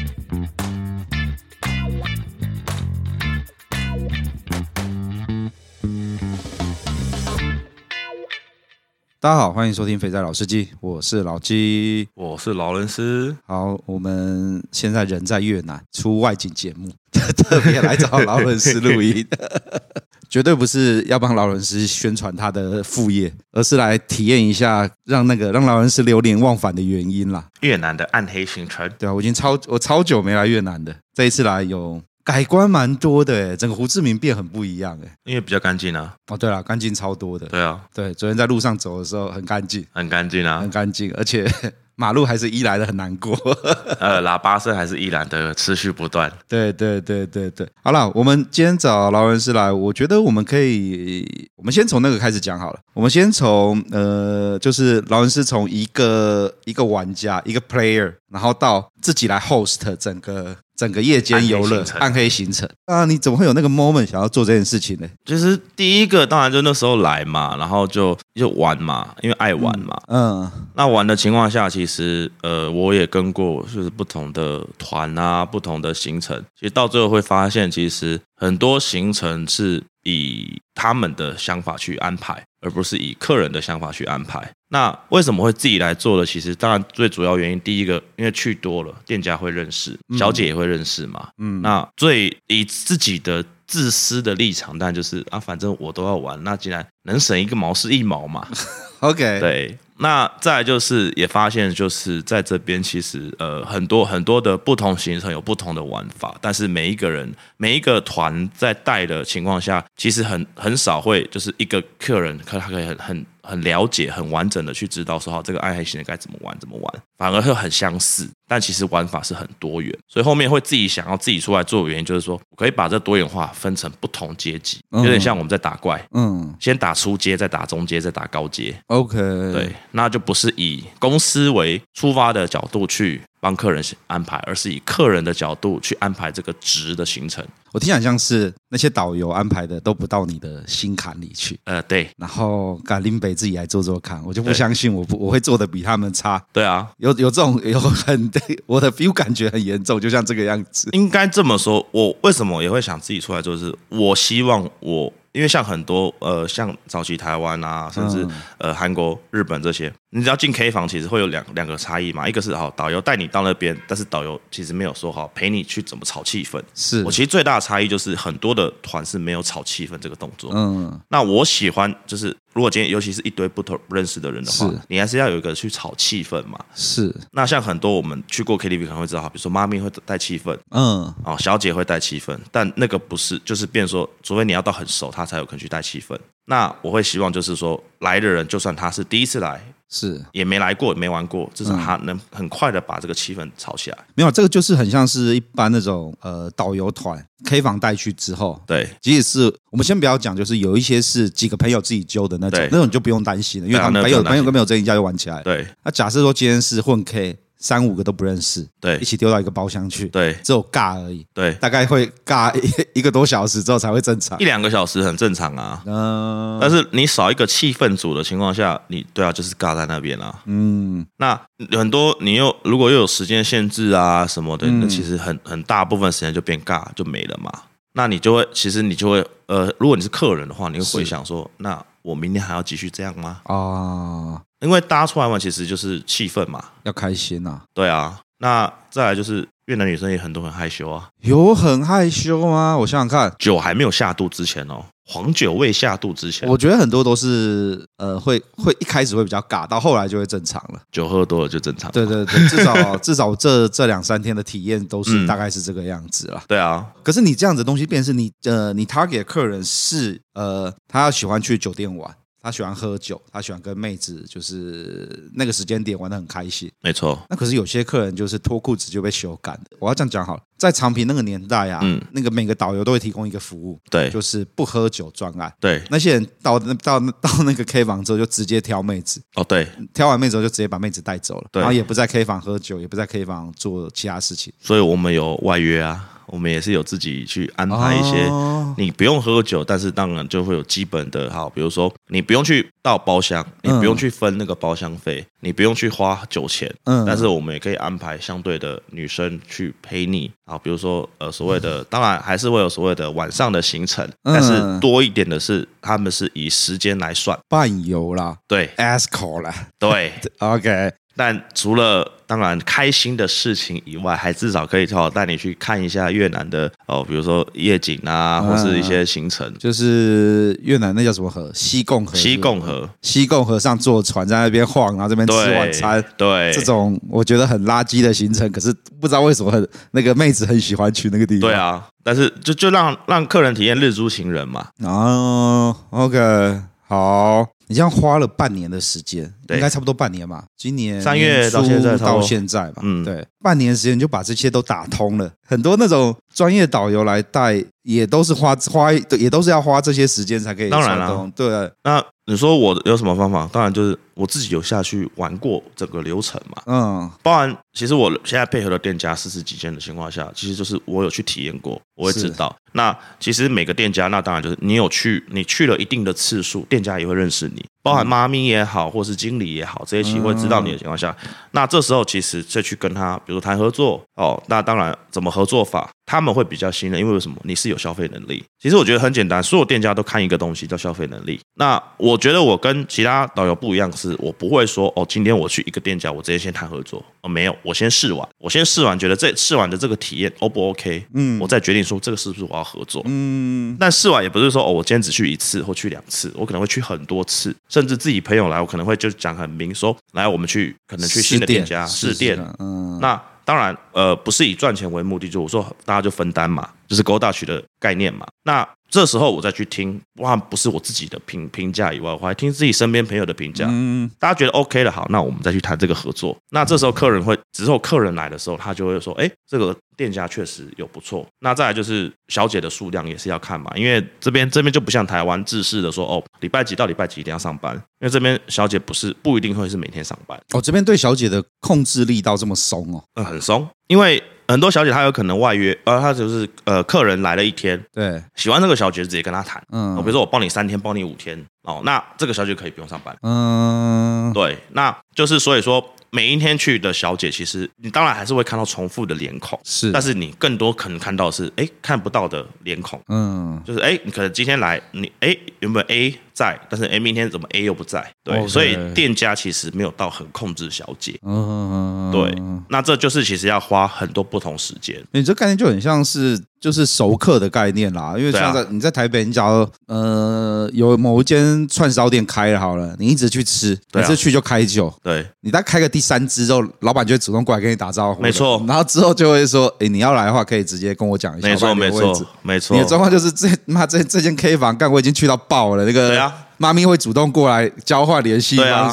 大家好，欢迎收听肥仔老司机，我是老鸡， 我是劳伦斯。 好，我们现在人在越南出外景节目，特别来找劳伦斯录音。绝对不是要帮劳伦斯宣传他的副业，而是来体验一下让劳伦斯流连忘返的原因啦。 越南的暗黑行程， 对啊，我超久没来越南的，这一次来有改观蛮多的耶，整个胡志明变很不一样耶， 因为比较干净啊。 哦，对了，干净超多的。 对啊， 对，昨天在路上走的时候很干净， 很干净啊， 很干净，而且马路还是依然的很难过， 喇叭声还是依然的持续不断。 对，好了，我们今天找劳伦斯来，我觉得我们先从那个开始讲好了。我们先从就是劳伦斯从一个玩家，一个 player， 然后到自己来 host 整个夜间游乐暗黑行程啊，你怎么会有那个 moment 想要做这件事情呢？ 就是第一个当然就那时候来嘛，然后就玩嘛，因为爱玩嘛。那玩的情况下，其实我也跟过就是不同的团啊，不同的行程，其实到最后会发现，其实很多行程是以他们的想法去安排，而不是以客人的想法去安排。那为什么会自己来做的？其实当然最主要原因，第一个因为去多了，店家会认识，小姐也会认识嘛。那最以自己的自私的立场，当然就是啊，反正我都要玩，那既然能省一个毛是一毛嘛。 OK， 对。那再来就是也发现，就是在这边其实很多的不同行程有不同的玩法，但是每一个团在带的情况下，其实很少会就是一个客人他可以很了解、很完整的去知道说好这个暗黑行程该怎么玩，反而会很相似，但其实玩法是很多元，所以后面会想要自己出来做的原因就是说，我可以把这多元化分成不同阶级，有点像我们在打怪，先打初阶，再打中阶，再打高阶。 OK， 对，那就不是以公司为出发的角度去帮客人安排，而是以客人的角度去安排这个值的行程。 我听起来像是那些导游安排的都不到你的心坎里去， 对， 然后赶林北自己来做看，我就不相信我会做的比他们差。 对啊， 有这种我的 feel 感觉很严重，就像这个样子。 应该这么说，我为什么也会想自己出来做，就是我希望因为像很多像早期台湾啊，甚至韩国、日本这些，你只要进 K 房，其实会有两个差异嘛。一个是导游带你到那边，但是导游其实没有说好陪你去怎么炒气氛。 是我其实最大的差异就是很多的团是没有炒气氛这个动作。那我喜欢就是如果今天尤其是一堆不认识的人的话，你还是要有一个去炒气氛嘛。 是。那像很多我们去过 KTV 可能会知道，比如说妈咪会带气氛，小姐会带气氛，但那个不是，就是变说，除非你要到很熟，他才有可能去带气氛。那我会希望就是说，来的人就算他是第一次来， 是也没来过，也没玩过，至少他能很快的把这个气氛炒起来。 没有，这个就是很像是一般那种导游团 K 房带去之后， 对， 即使是我们先不要讲，就是有一些是几个朋友自己揪的那种就不用担心了，因为他们朋友跟朋友这一家就玩起来了。 对， 那假设说今天是混 K。3-5个都不认识， 对， 一起丢到一个包厢去， 对， 只有尬而已， 对， 大概会尬一个多小时之后才会正常 ，1-2个小时很正常啊。但是你少一个气氛组的情况下，你对啊，就是尬在那边啊。那很多你如果又有时间限制啊什么的，那其实很大部分时间就变尬就没了嘛。那你就会，其实你就会如果你是客人的话，你会回想说，那我明天还要继续这样吗？因为大家出来玩其实就是气氛嘛， 要开心啊。 对啊，那再来就是越南女生也很多很害羞啊。 有很害羞吗？我想想看， 酒还没有下肚之前哦，黄酒未下肚之前， 我觉得很多都是会一开始会比较尬，到后来就会正常了。 酒喝多了就正常了。 对对对，至少这2-3天的体验都是大概是这个样子啦。 对啊， 可是你这样子的东西，变成是你 target 的客人是他喜欢去酒店玩。他喜欢喝酒，他喜欢跟妹子就是那个时间点玩得很开心， 没错。 那可是有些客人就是脱裤子就被羞感的。我要这样讲好了，在长平那个年代啊，那个每个导游都会提供一个服务， 对， 就是不喝酒专案。 对， 那些人到那个 K 房之后就直接挑妹子， 对， 挑完妹子之后就直接把妹子带走了， 对， 然后也不在 K 房喝酒，也不在 K 房做其他事情。 所以我们有外约啊。我们也是有自己去安排一些，你不用喝酒，但是当然就会有基本的，好，比如说你不用去到包厢，你不用去分那个包厢费，你不用去花酒钱，但是我们也可以安排相对的女生去陪你，好，比如说所谓的，当然还是会有所谓的晚上的行程，但是多一点的是他们是以时间来算， 伴游啦， 对 ，escort 啦， 对 ，OK。 但除了当然开心的事情以外，还至少可以带你去看一下越南的比如说夜景啊，或是一些行程。 就是越南那叫什么河？西贡河。西贡河上坐船在那边晃，然后这边吃晚餐。 对， 这种我觉得很垃圾的行程，可是不知道为什么那个妹子很喜欢去那个地方。 对啊，但是就让客人体验日租情人嘛。 OK， 好。你这样花了半年的时间，应该差不多半年嘛？今年 3月到现在吧，对，半年时间就把这些都打通了。很多那种专业导游来带，也都是也都是要花这些时间才可以。 当然啦， 对。 那你说我有什么方法？当然就是我自己有下去玩过整个流程嘛。包含其实我现在配合的店家40几间的情况下，其实就是我有去体验过，我会知道。那其实每个店家，那当然就是你去了一定的次数，店家也会认识你，包含妈咪也好，或是经理也好，这些其实会知道你的情况下，那这时候其实再去跟他，比如说谈合作那当然怎么合作法，他们会比较信任，因为为什么？你是有消费能力。其实我觉得很简单，所有店家都看一个东西叫消费能力。那我觉得我跟其他导游不一样，是我不会说今天我去一个店家，我直接先谈合作。没有，我先试完，觉得试完的这个体验 O 不 OK？我再决定说这个是不是我要合作。但试完也不是说我今天只去1次或去2次，我可能会去很多次，甚至自己朋友来，我可能会就讲很明说，来我们可能去新的店家试店。那当然不是以赚钱为目的，就我说大家就分担嘛，就是 Go Dutch 的概念嘛。那这时候我再去听，不是我自己的评价以外，我还听自己身边朋友的评价，大家觉得 OK 了，好，那我们再去谈这个合作。那这时候只有客人来的时候，他就会说，这个店家确实有不错。那再来就是小姐的数量也是要看嘛，因为这边就不像台湾制式的说，礼拜几到礼拜几一定要上班，因为这边小姐不一定会是每天上班。 这边对小姐的控制力道这么松很松，因为很多小姐她有可能外约，她就是客人来了1天， 对， 喜欢这个小姐直接跟她谈，比如说我帮你3天，帮你5天，那这个小姐可以不用上班，对，那就是所以说每一天去的小姐，其实你当然还是会看到重复的脸孔， 是， 但是你更多可能看到的是看不到的脸孔，就是你可能今天来你原本 A 在，但是明天怎么 A 又不在，对，所以店家其实没有到很控制小姐，对，那这就是其实要花很多不同时间。 你这概念就很像是就是熟客的概念啦，因为像你在台北，你假如有某一间串烧店开了好了，你一直去吃，每次去就开酒， 对， 你大概开个第3支之后，老板就会主动过来跟你打招呼， 没错， 然后之后就会说，你要来的话可以直接跟我讲一下， 没错， 你的状况就是这间 K 房干我已经去到爆了，那个妈咪会主动过来交换联系方式。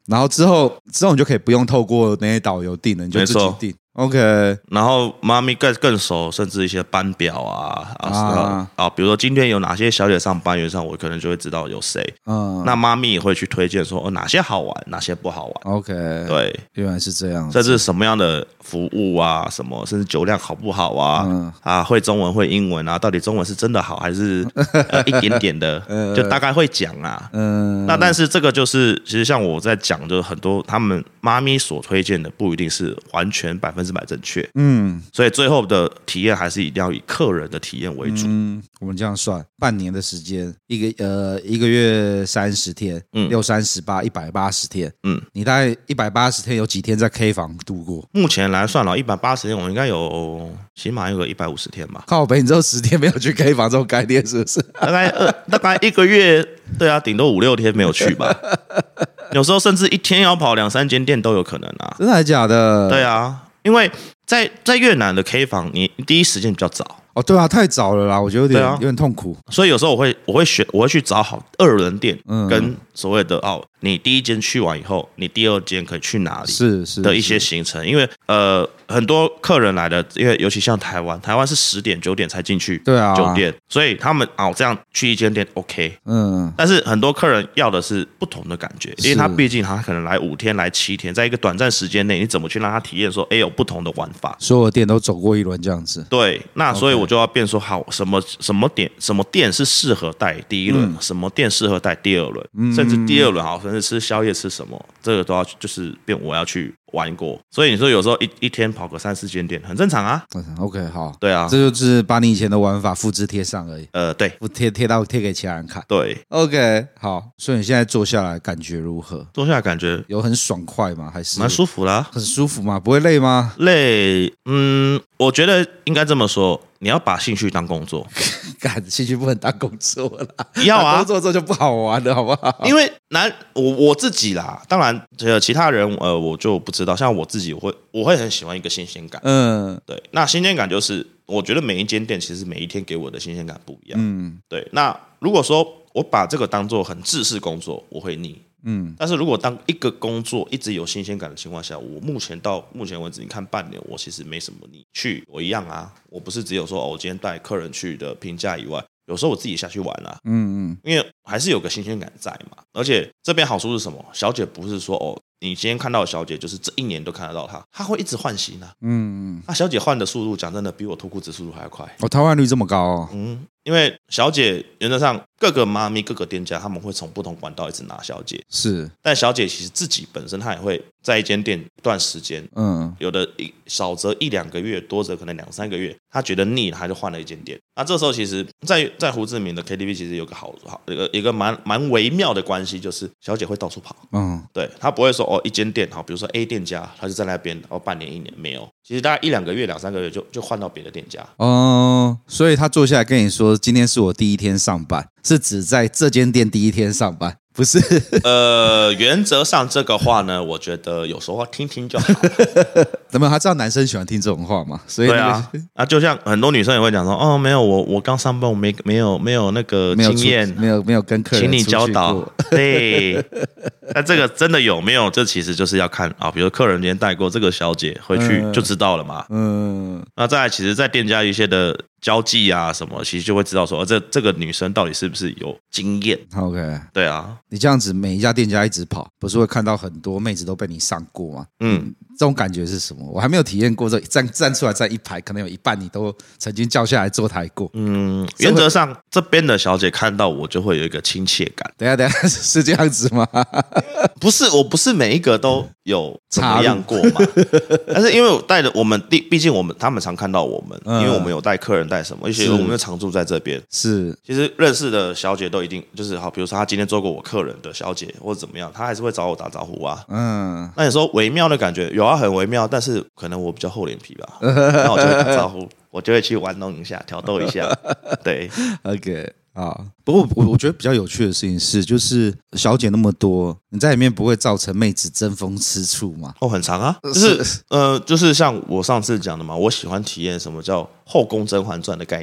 然后之后你就可以不用透过那些导游订了，你就自己订。OK， 然后妈咪更熟，甚至一些班表比如说今天有哪些小姐上班，原上我可能就会知道有谁。那妈咪也会去推荐说哪些好玩，哪些不好玩。 OK， 对， 原来是这样， 甚至什么样的服务啊，什么甚至酒量好不好啊，会中文会英文啊，到底中文是真的好还是一点点的，就大概会讲啊。那但是这个就是其实像我在讲，就是很多他们妈咪所推荐的不一定是完全100%正确，所以最后的体验还是一定要以客人的体验为主。 我们这样算，半年的时间，一个月30天，6、3、18 180天，你大概180天有几天在 K 房度过？ 目前来算了，180天我应该有起码有个150天吧。 靠北，你只有10天没有去 K 房这种概念是不是？ 大概一个月，对啊，顶多5、6天没有去吧。有时候甚至一天要跑2、3间店都有可能啊。 真的还假的？ 对啊。因为在越南的 K 房，你第一时间比较早。 对啊，太早了啦，我觉得有点痛苦。 所以有时候我会去找好2人店，跟所谓的你第一间去完以后，你第2间可以去哪里？是的一些行程，因为很多客人来的，因为尤其像台湾是10点9点才进去酒店，所以他们这样去一间店 OK，但是很多客人要的是不同的感觉，因为他毕竟他可能来5天来7天，在一个短暂时间内，你怎么去让他体验说，有不同的玩法？ 所有店都走过一轮这样子。 对，那所以我就要变说好，什么店是适合带第1轮，什么店适合带第2轮，甚至第2轮甚至吃宵夜吃什么，这个都要就是变我要去玩过。所以你说有时候一天跑个3、4间店很正常啊。 OK， 好， 对啊， 这就是把你以前的玩法复制贴上而已。 对， 贴给其他人看。 对 ，OK， 好。所以你现在坐下来感觉如何？ 坐下来感觉有很爽快吗？还是蛮舒服啦？ 很舒服吗？不会累吗？ 累，我觉得应该这么说。你要把兴趣当工作， 兴趣不能当工作啦。 要啊， 工作之后就不好玩了，好不好？ 因为我自己啦，当然其他人我就不知道。像我自己，我会很喜欢一个新鲜感。对，那新鲜感就是我觉得每一间店其实每一天给我的新鲜感不一样。对，那如果说我把这个当做很制式工作，我会腻。但是如果当一个工作一直有新鲜感的情况下，我到目前为止，你看半年，我其实没什么腻。我一样啊，我不是只有说我今天带客人去的评价以外，有时候我自己下去玩啊，因为还是有个新鲜感在嘛。而且这边好处是什么？小姐不是说你今天看到的小姐就是这1年都看得到她会一直换新啊。那小姐换的速度，讲真的比我脱裤子速度还要快。 汰换率这么高哦。 因为小姐原则上各个妈咪各个店家他们会从不同管道一直拿小姐， 是，但小姐其实自己本身她也会在一间店一段时间，有的少则1、2个月，多则可能2、3个月，她觉得腻了，她就换了一间店。那这时候其实在胡志明的 KTV 其实有个一个蛮微妙的关系，就是小姐会到处跑，对，她不会说一间店比如说 A 店家，她就在那边半年1年，没有，其实大概1、2个月、2、3个月就换到别的店家。 所以她坐下来跟你说，今天是我第1天上班，是指在这间店第1天上班，不是？ 原则上这个话呢，我觉得有时候听听就好。 怎么他知道男生喜欢听这种话嘛？所以对啊，就像很多女生也会讲说，没有，我刚上班，我没有那个经验， 没有跟客人， 请你教导。对，那这个真的有没有？这其实就是要看比如客人今天带过这个小姐回去就知道了嘛。那再来，其实，在店家一些的交际啊什么，其实就会知道说，这个女生到底是不是有经验。 OK， 对啊， 你这样子每一家店家一直跑，不是会看到很多妹子都被你上过吗？这种感觉是什么？我还没有体验过。这站出来站一排，可能有一半你都曾经叫下来坐台过。 原则上这边的小姐看到我就会有一个亲切感。 等一下，是这样子吗？ 不是，我不是每一个都有怎么样过嘛。但是因为我带的毕竟他们常看到我们，因为我们有带客人带什么，而且我们又常住在这边。 是， 其实认识的小姐都一定就是比如说她今天做过我客人的小姐或者怎么样，她还是会找我打招呼啊。那有时候微妙的感觉有很微妙，但是可能我比较厚脸皮吧，那我就会打招呼，我就会去玩弄一下，挑逗一下。对 ，OK。不过我觉得比较有趣的事情是，就是小姐那么多，你在里面不会造成妹子争风吃醋吗？ 很长啊，就是像我上次讲的嘛，我喜欢体验什么叫后宫甄嬛传的概念。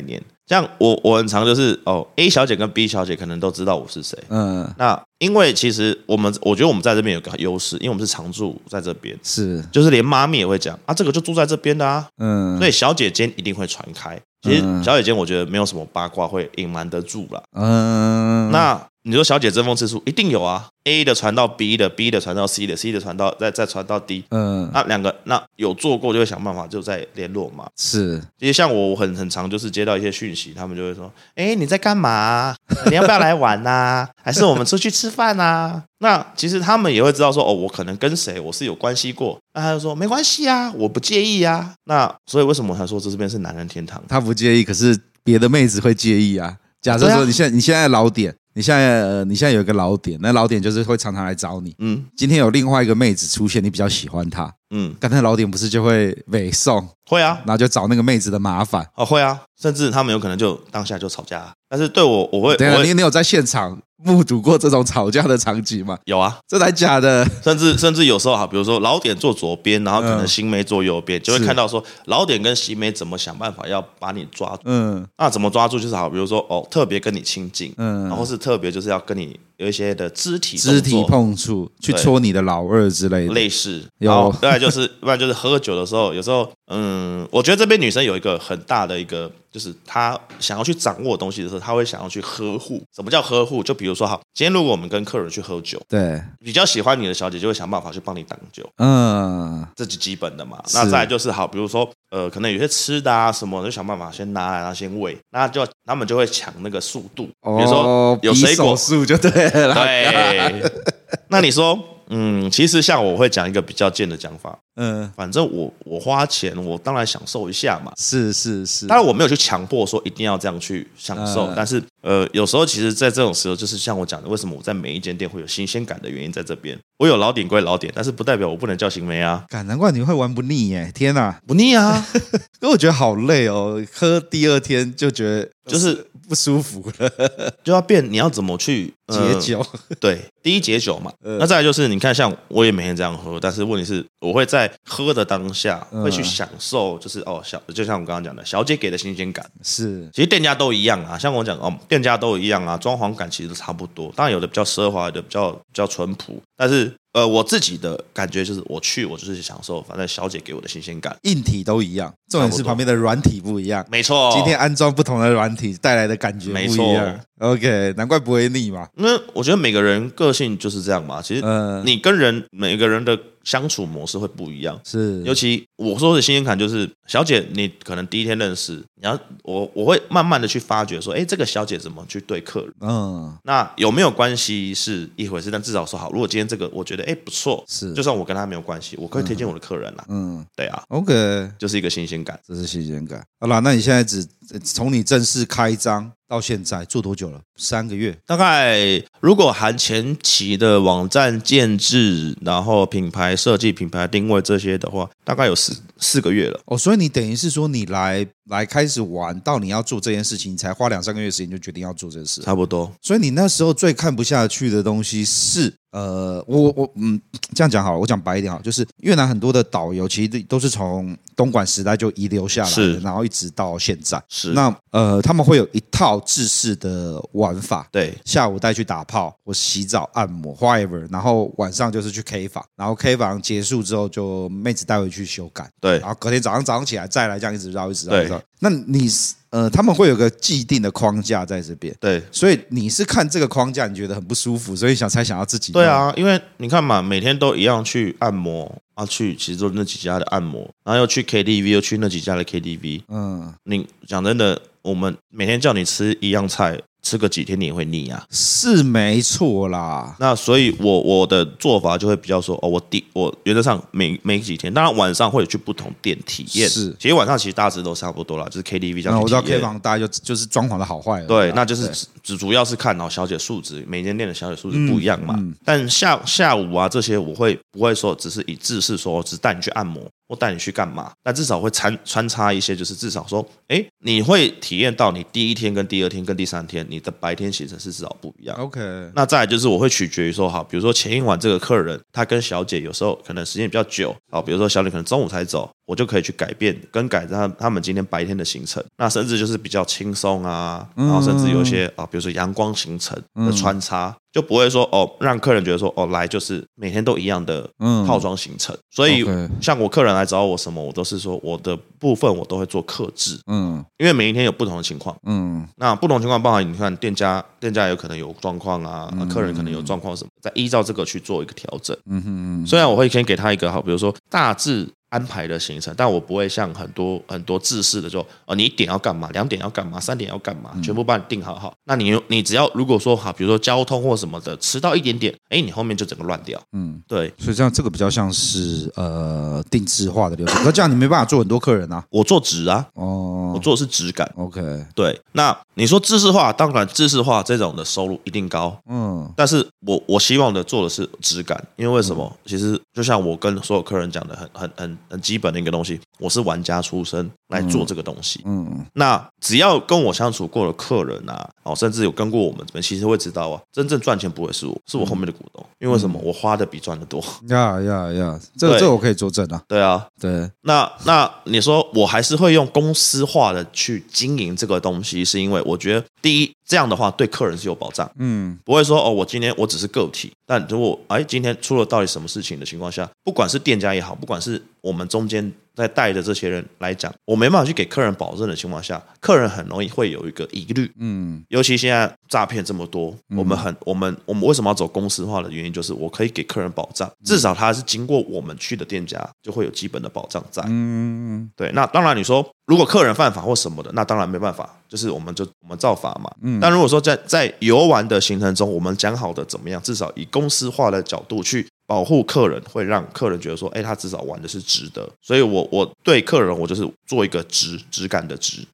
像我很常就是A 小姐跟 B 小姐可能都知道我是谁，那因为其实我觉得我们在这边有个优势，因为我们是常住在这边， 是就是连妈咪也会讲啊，这个就住在这边的啊，所以小姐间一定会传开。其实小姐间我觉得没有什么八卦会隐瞒得住啦。那你说小姐争锋次数一定有啊 ，A 的传到 B 的 ，B 的传到 C 的 ，C 的传到再传到 D，那两个那有做过就会想办法就再联络嘛。 是， 其实像我很常就是接到一些讯息，他们就会说，你在干嘛？你要不要来玩啊？还是我们出去吃饭啊？那其实他们也会知道说，我可能跟谁我是有关系过，那他就说没关系啊，我不介意啊。那所以为什么我才说这边是男人天堂？ 他不介意，可是别的妹子会介意啊。假设说你现在的老点。你现在有一个老点，那老点就是会常常来找你。今天有另外一个妹子出现，你比较喜欢她，刚才老点不是就会北送？ 会啊， 然后就找那个妹子的麻烦。 会啊，甚至他们有可能就当下就吵架。但是对我会， 你有在现场目睹过这种吵架的场景吗？ 有啊， 这才假的。 甚至有时候比如说老点坐左边，然后可能新妹坐右边，就会看到说老点跟新妹怎么想办法要把你抓住。那怎么抓住就是比如说特别跟你亲近，然后是特别就是要跟你有一些的肢体碰触，去戳你的老二之类的， 类似。然后不然就是喝酒的时候，有时候我觉得这边女生有一个很大的一个，就是她想要去掌握东西的时候，她会想要去呵护。什么叫呵护？就比如说今天如果我们跟客人去喝酒， 对， 比较喜欢你的小姐就会想办法去帮你挡酒，这是基本的嘛。那再来就是比如说可能有些吃的啊什么，就想办法先拿来然后先喂，那就他们就会抢那个速度，比如说有水果速就对了。 对，那你说其实像我会讲一个比较贱的讲法，反正我花钱，我当然享受一下嘛。 是， 当然我没有去强迫说一定要这样去享受，但是有时候其实在这种时候，就是像我讲的，为什么我在每一间店会有新鲜感的原因在这边。我有老点归老点，但是不代表我不能叫新妹啊。 难怪你会玩不腻耶！天哪， 不腻啊！ 可我觉得好累哦，喝第二天就觉得就是不舒服了， 就要变你要怎么去解酒？ 对，第一解酒嘛。那再来就是你看，像我也每天这样喝，但是问题是我会在喝的当下会去享受，就是就像我刚刚讲的，小姐给的新鲜感。 是， 其实店家都一样啊，像我讲店家都一样啊，装潢感其实都差不多。当然有的比较奢华，有的比较淳朴，但是我自己的感觉就是我就是享受，反正小姐给我的新鲜感， 硬体都一样，重点是旁边的软体不一样。 没错， 今天安装不同的软体带来的感觉不一样。OK， 难怪不会腻嘛。 因为我觉得每个人个性就是这样嘛。其实你跟每个人的相处模式会不一样， 是。 尤其我说的新鲜感就是小姐，你可能第一天认识，我会慢慢的去发掘说，这个小姐怎么去对客人。那有没有关系是一回事，但至少说好，如果今天这个我觉得不错， 是， 就算我跟他没有关系，我可以推荐我的客人啦。对啊 ，OK， 就是一个新鲜感， 这是新鲜感。好啦，那你现在从你正式开张到现在做多久了？3个月， 大概如果含前期的网站建制，然后品牌设计、品牌定位这些的话，大概有4个月了。 所以你等于是说你来开始玩，到你要做这件事情，你才花2-3个月时间就决定要做这个事， 差不多。 所以你那时候最看不下去的东西是。这样讲好了，我讲白一点好，就是越南很多的导游其实都是从东莞时代就遗留下来的，然后一直到现在。 是， 那他们会有一套制式的玩法， 对， 下午带去打炮或洗澡、按摩 whatever， 然后晚上就是去 K 房，然后 K 房结束之后就妹子带回去修改， 对， 然后隔天早上起来再来这样一直绕。那你他们会有个既定的框架在这边， 对， 所以你是看这个框架你觉得很不舒服，所以才想要自己弄。 对啊，因为你看嘛，每天都一样去按摩其实就那几家的按摩，然后又去 KTV 又去那几家的 KTV，你讲真的，我们每天叫你吃一样菜，吃个几天你也会腻啊， 是没错啦。 那所以我的做法就会比较说，我原则上每几天，当然晚上会有去不同店体验。 是， 其实晚上其实大致都差不多啦，就是 KTV 这样去体验。 我知道 K 房大概就是装潢的好坏了。 对，那就是主要是看小姐素质，每间店的小姐素质不一样嘛。但下午啊这些我不会说只是以制式说只带你去按摩。或带你去干嘛？但至少会穿插一些，就是至少说，你会体验到你第一天跟第二天跟第3天你的白天行程是至少不一样。 OK， 那再来就是我会取决于说，比如说前一晚这个客人他跟小姐有时候可能时间比较久，比如说小姐可能中午才走， 我就可以去更改他们今天白天的行程，那甚至就是比较轻松啊，然后甚至有一些比如说阳光行程的穿插，就不会说让客人觉得说来就是每天都一样的套装行程。所以像我客人来找我什么，我都是说我的部分我都会做客制，因为每一天有不同的情况，那不同情况包含你看店家有可能有状况啊，客人可能有状况什么，再依照这个去做一个调整。虽然我会先给他一个比如说大致安排的行程，但我不会像很多制式的说你1点要干嘛，2点要干嘛，3点要干嘛，全部帮你定好。那你只要如果说比如说交通或什么的迟到一点点，你后面就整个乱掉。对， 所以这个比较像是定制化的流程。可这样你没办法做很多客人啊。 我做质啊，我做的是质感。 OK， 对。那你说制式化，当然制式化这种的收入一定高，但是我希望的做的是质感，因为为什么？其实就像我跟所有客人讲的很基本的一个东西，我是玩家出身来做这个东西。那只要跟我相处过的客人啊，甚至有跟过我们这边，其实会知道啊，真正赚钱不会是我，是我后面的股东。因为为什么？我花的比赚的多。 这我可以作证啊。 对啊， 对。 那你说我还是会用公司化的去经营这个东西，是因为我觉得第一，这样的话对客人是有保障。不会说我今天我只是个体，但如果今天出了到底什么事情的情况下，不管是店家也好，不管是我们中间在带的这些人来讲，我没办法去给客人保证的情况下，客人很容易会有一个疑虑。尤其现在诈骗这么多，我们为什么要走公司化的原因，就是我可以给客人保障，至少他是经过我们去的店家，就会有基本的保障在。对。那当然你说如果客人犯法或什么的，那当然没办法，就是我们照法嘛。但如果说在游玩的行程中，我们讲好的怎么样，至少以公司化的角度去保护客人，会让客人觉得说他至少玩的是值得。所以我对客人我就是做一个质感的质。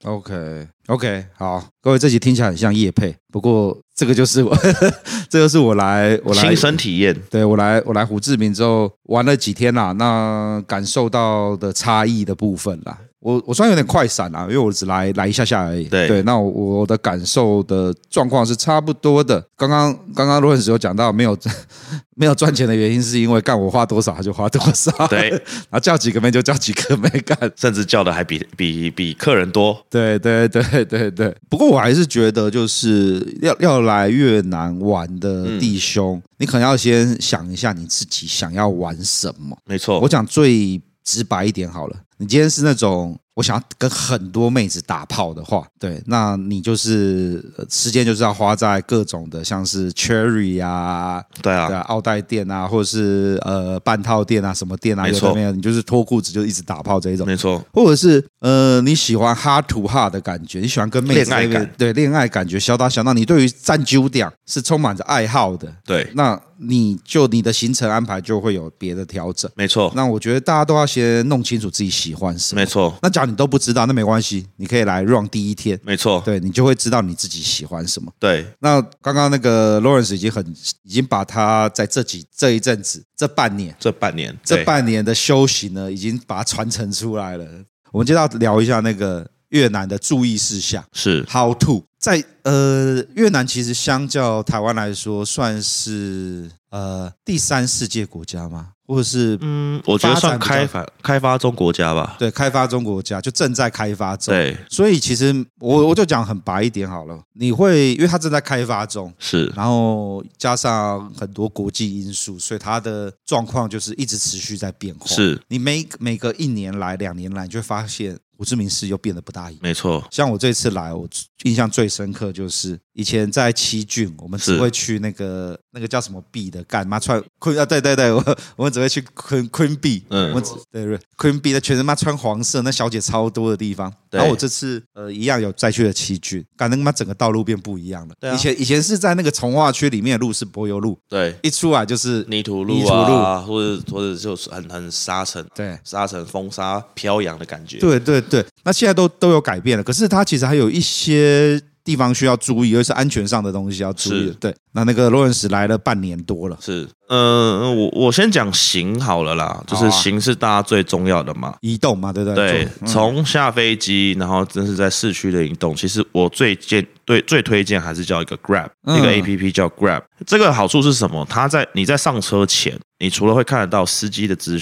OK， 好，各位这集听起来很像业配，不过这个就是我这就是我来亲身体验。 对，我来胡志明之后玩了几天啦，那感受到的差异的部分啦。我虽然有点快闪啦，因为我只来一下而已。对，那我的感受的状况是差不多的。刚刚罗恩斯有讲到没有赚钱的原因，是因为干我花多少他就花多少。对，然后叫几个妹就叫几个妹干， 甚至叫的还比客人多。 对。不过我还是觉得，就是要来越南玩的弟兄，你可能要先想一下你自己想要玩什么。 没错， 我讲最直白一点好了，你今天是那种我想要跟很多妹子打炮的话，对，那你就是时间就是要花在各种的，像是 Cherry 啊，对啊，奥黛店啊，或者是半套店啊，什么店啊， 没错， 你就是脱裤子就一直打炮这一种， 没错， 或者是你喜欢 hard to hard 的感觉，你喜欢跟妹子恋爱感， 对，恋爱感觉，小打小闹，你对于占酒点是充满着爱好的， 对， 那你的行程安排就会有别的调整， 没错。 那我觉得大家都要先弄清楚自己喜欢什么， 没错。 那假如你都不知道，那没关系，你可以来 run 第一天， 没错， 对，你就会知道你自己喜欢什么。 对， 那刚刚那个 Lawrence 已经把他在这一阵子这半年的修行呢，已经把它传承出来了。我们接着聊一下那个越南的注意事项， 是 How to 在越南其实相较台湾来说，算是第三世界国家吗？或者是我觉得算开发中国家吧。 对，开发中国家就正在开发中。 对， 所以其实我就讲很白一点好了，你会因为它正在开发中， 是， 然后加上很多国际因素，所以它的状况就是一直持续在变化。 是， 你每个1年来、2年来，你就会发现胡志明市又变得不大一样。 没错， 像我这次来，我印象最深刻就是以前在七郡，我们只会去那个叫什么币的干嘛穿昆啊，对，我们只会去昆币，我们对昆币的全身妈穿黄色，那小姐超多的地方。然后我这次一样有再去了七郡，感觉妈整个道路变不一样了。对啊，以前是在那个从化区里面的路是柏油路，对，一出来就是泥土路啊，或者就是很沙尘， 对， 沙尘风沙飘扬的感觉。 对，那现在都有改变了，可是它其实还有一些地方需要注意，尤其是安全上的东西要注意。对，那个罗恩斯来了半年多了， 是，我先讲行好了啦，就是行是大家最重要的嘛， 移动嘛，对不对？ 对，从下飞机，然后真是在市区的移动，其实我最推荐还是叫一个 Grab，一个 APP 叫 Grab。这个好处是什么？你在上车前，你除了会看得到司机的资讯，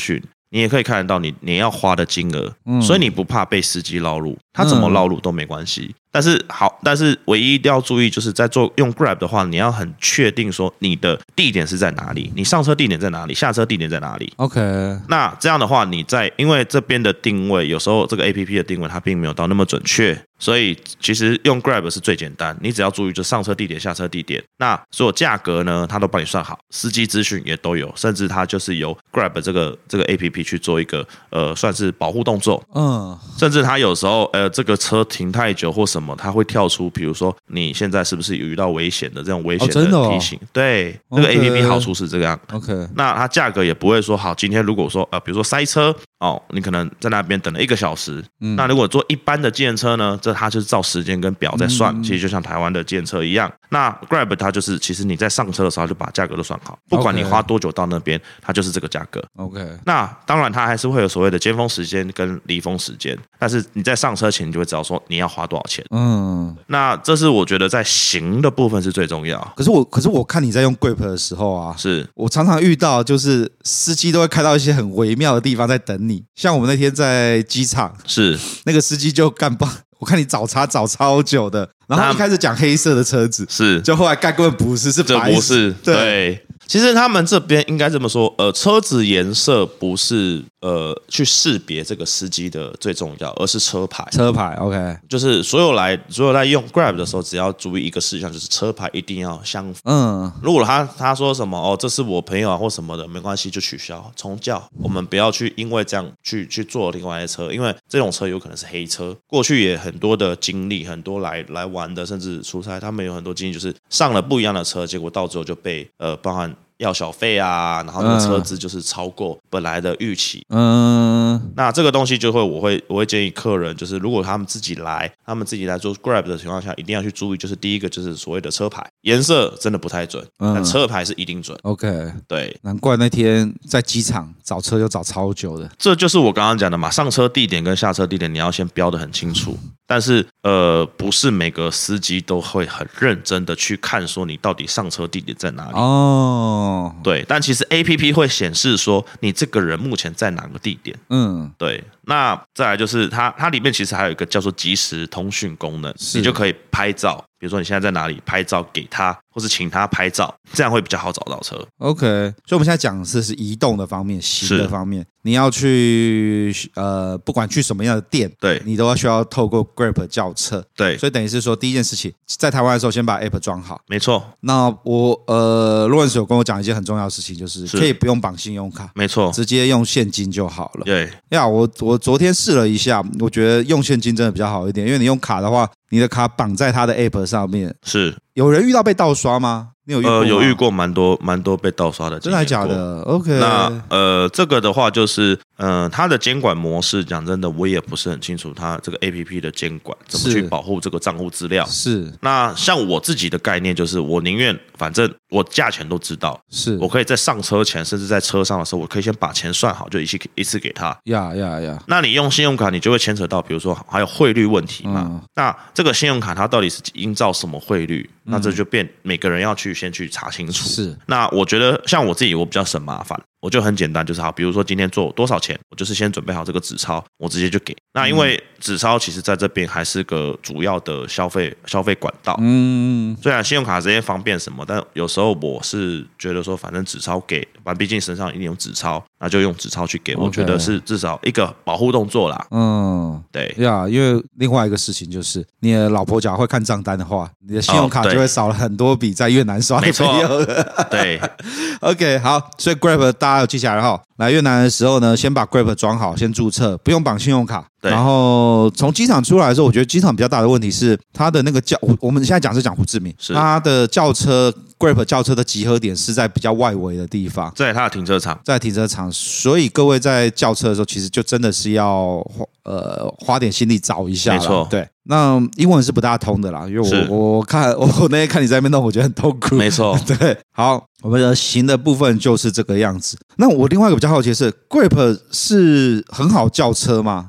你也可以看得到你要花的金额，所以你不怕被司机绕路，他怎么绕路都没关系。但是唯一一定要注意，就是在用 Grab 的话，你要很确定说你的地点是在哪里，你上车地点在哪里，下车地点在哪里。 OK， 那这样的话，因为这边的定位有时候这个 APP 的定位它并没有到那么准确，所以其实用 Grab 是最简单，你只要注意就上车地点、下车地点，那所有价格呢，它都帮你算好，司机资讯也都有，甚至它就是由 Grab 这个 APP 去做一个算是保护动作，甚至它有时候这个车停太久或什么，它会跳出，比如说你现在是不是有遇到危险的这种危险的提醒，对，这个 APP 好处是这样。 OK， 那它价格也不会说好，今天如果说比如说塞车你可能在那边等了1个小时，那如果坐一般的计程车呢，它就是照时间跟表在算，其实就像台湾的计程车一样。那 Grab 它就是其实你在上车的时候就把价格都算好，不管你花多久到那边，它就是这个价格。 OK， 那当然它还是会有所谓的尖峰时间跟离峰时间，但是你在上车前你就会知道说你要花多少钱。那这是我觉得在行的部分是最重要。 可是我看你在用 Grab 的时候啊， 是我常常遇到就是司机都会开到一些很微妙的地方在等你，像我们那天在机场，是那个司机就干爆，我看你找超久的，然后一开始讲黑色的车子，是就后来根本不是，是白色，这不是对。其实他们这边应该这么说，车子颜色不是去识别这个司机的最重要，而是车牌。车牌 ，OK， 就是所有在用 Grab 的时候，只要注意一个事项，就是车牌一定要相符。如果他说什么这是我朋友啊或什么的，没关系，就取消重叫。我们不要去因为这样去坐另外的车，因为这种车有可能是黑车。过去也很多的经历，很多来玩的，甚至出差，他们有很多经历，就是上了不一样的车，结果到最后就被包含要小费啊，然后那个车资就是超过本来的预期。那这个东西就会我会建议客人，就是如果他们自己来做 Grab 的情况下，一定要去注意，就是第一个就是所谓的车牌颜色真的不太准，但车牌是一定准。OK， 对，难怪那天在机场找车就找超久的。这就是我刚刚讲的嘛，上车地点跟下车地点你要先标得很清楚。但是不是每个司机都会很认真的去看说你到底上车地点在哪里。对，但其实 APP 会显示说你这个人目前在哪个地点。对。那再来就是它里面其实还有一个叫做即时通讯功能，你就可以拍照，比如说你现在在哪里，拍照给他，或是请他拍照，这样会比较好找到车。OK， 所以我们现在讲的是移动的方面，行的方面，你要去不管去什么样的店，对，你都需要透过 Grab 叫车。对，所以等于是说第一件事情，在台湾的时候先把 App 装好。没错。那我Lawrence 有跟我讲一件很重要的事情，就是可以不用绑信用卡，没错，直接用现金就好了。对呀，我昨天试了一下，我觉得用现金真的比较好一点，因为你用卡的话，你的卡绑在它的 App 上面。是。有人遇到被盗刷吗？你有遇过吗？有遇过蛮多被盗刷的。真的还假的 ？OK。那这个的话就是它的监管模式，讲真的，我也不是很清楚它这个 APP 的监管怎么去保护这个账户资料。是。那像我自己的概念就是，我宁愿反正我价钱都知道，是我可以在上车前，甚至在车上的时候，我可以先把钱算好，就一次给他。呀。那你用信用卡，你就会牵扯到，比如说还有汇率问题嘛。那这个信用卡它到底是依照什么汇率？那这就变每个人要先去查清楚。是。那我觉得像我自己，我比较省麻烦。我就很简单，就是好，比如说今天做多少钱，我就是先准备好这个纸钞，我直接就给。那因为纸钞其实在这边还是个主要的消费管道。虽然信用卡这些方便什么，但有时候我是觉得说，反正纸钞给，毕竟身上一定有纸钞，那就用纸钞去给。我觉得是至少一个保护动作啦。对呀，因为另外一个事情就是，你的老婆假如会看账单的话，你的信用卡就会少了很多笔在越南刷的朋友。对。OK， 好，所以 Grab 大家有记起来哈。来越南的时候呢，先把 Grab 装好，先注册，不用绑信用卡。然后从机场出来的时候，我觉得机场比较大的问题是它的那个我们现在讲胡志明，它的轿车 Grab 轿车的集合点是在比较外围的地方，在它的停车场，所以各位在叫车的时候，其实就真的是要花点心力找一下啦。没错，对。那英文是不大通的啦，因为我那天看你在那边弄，我觉得很痛苦。没错，对。好，我们的行的部分就是这个样子。那我另外一个比较好奇的是 ，Grab 是很好叫车吗？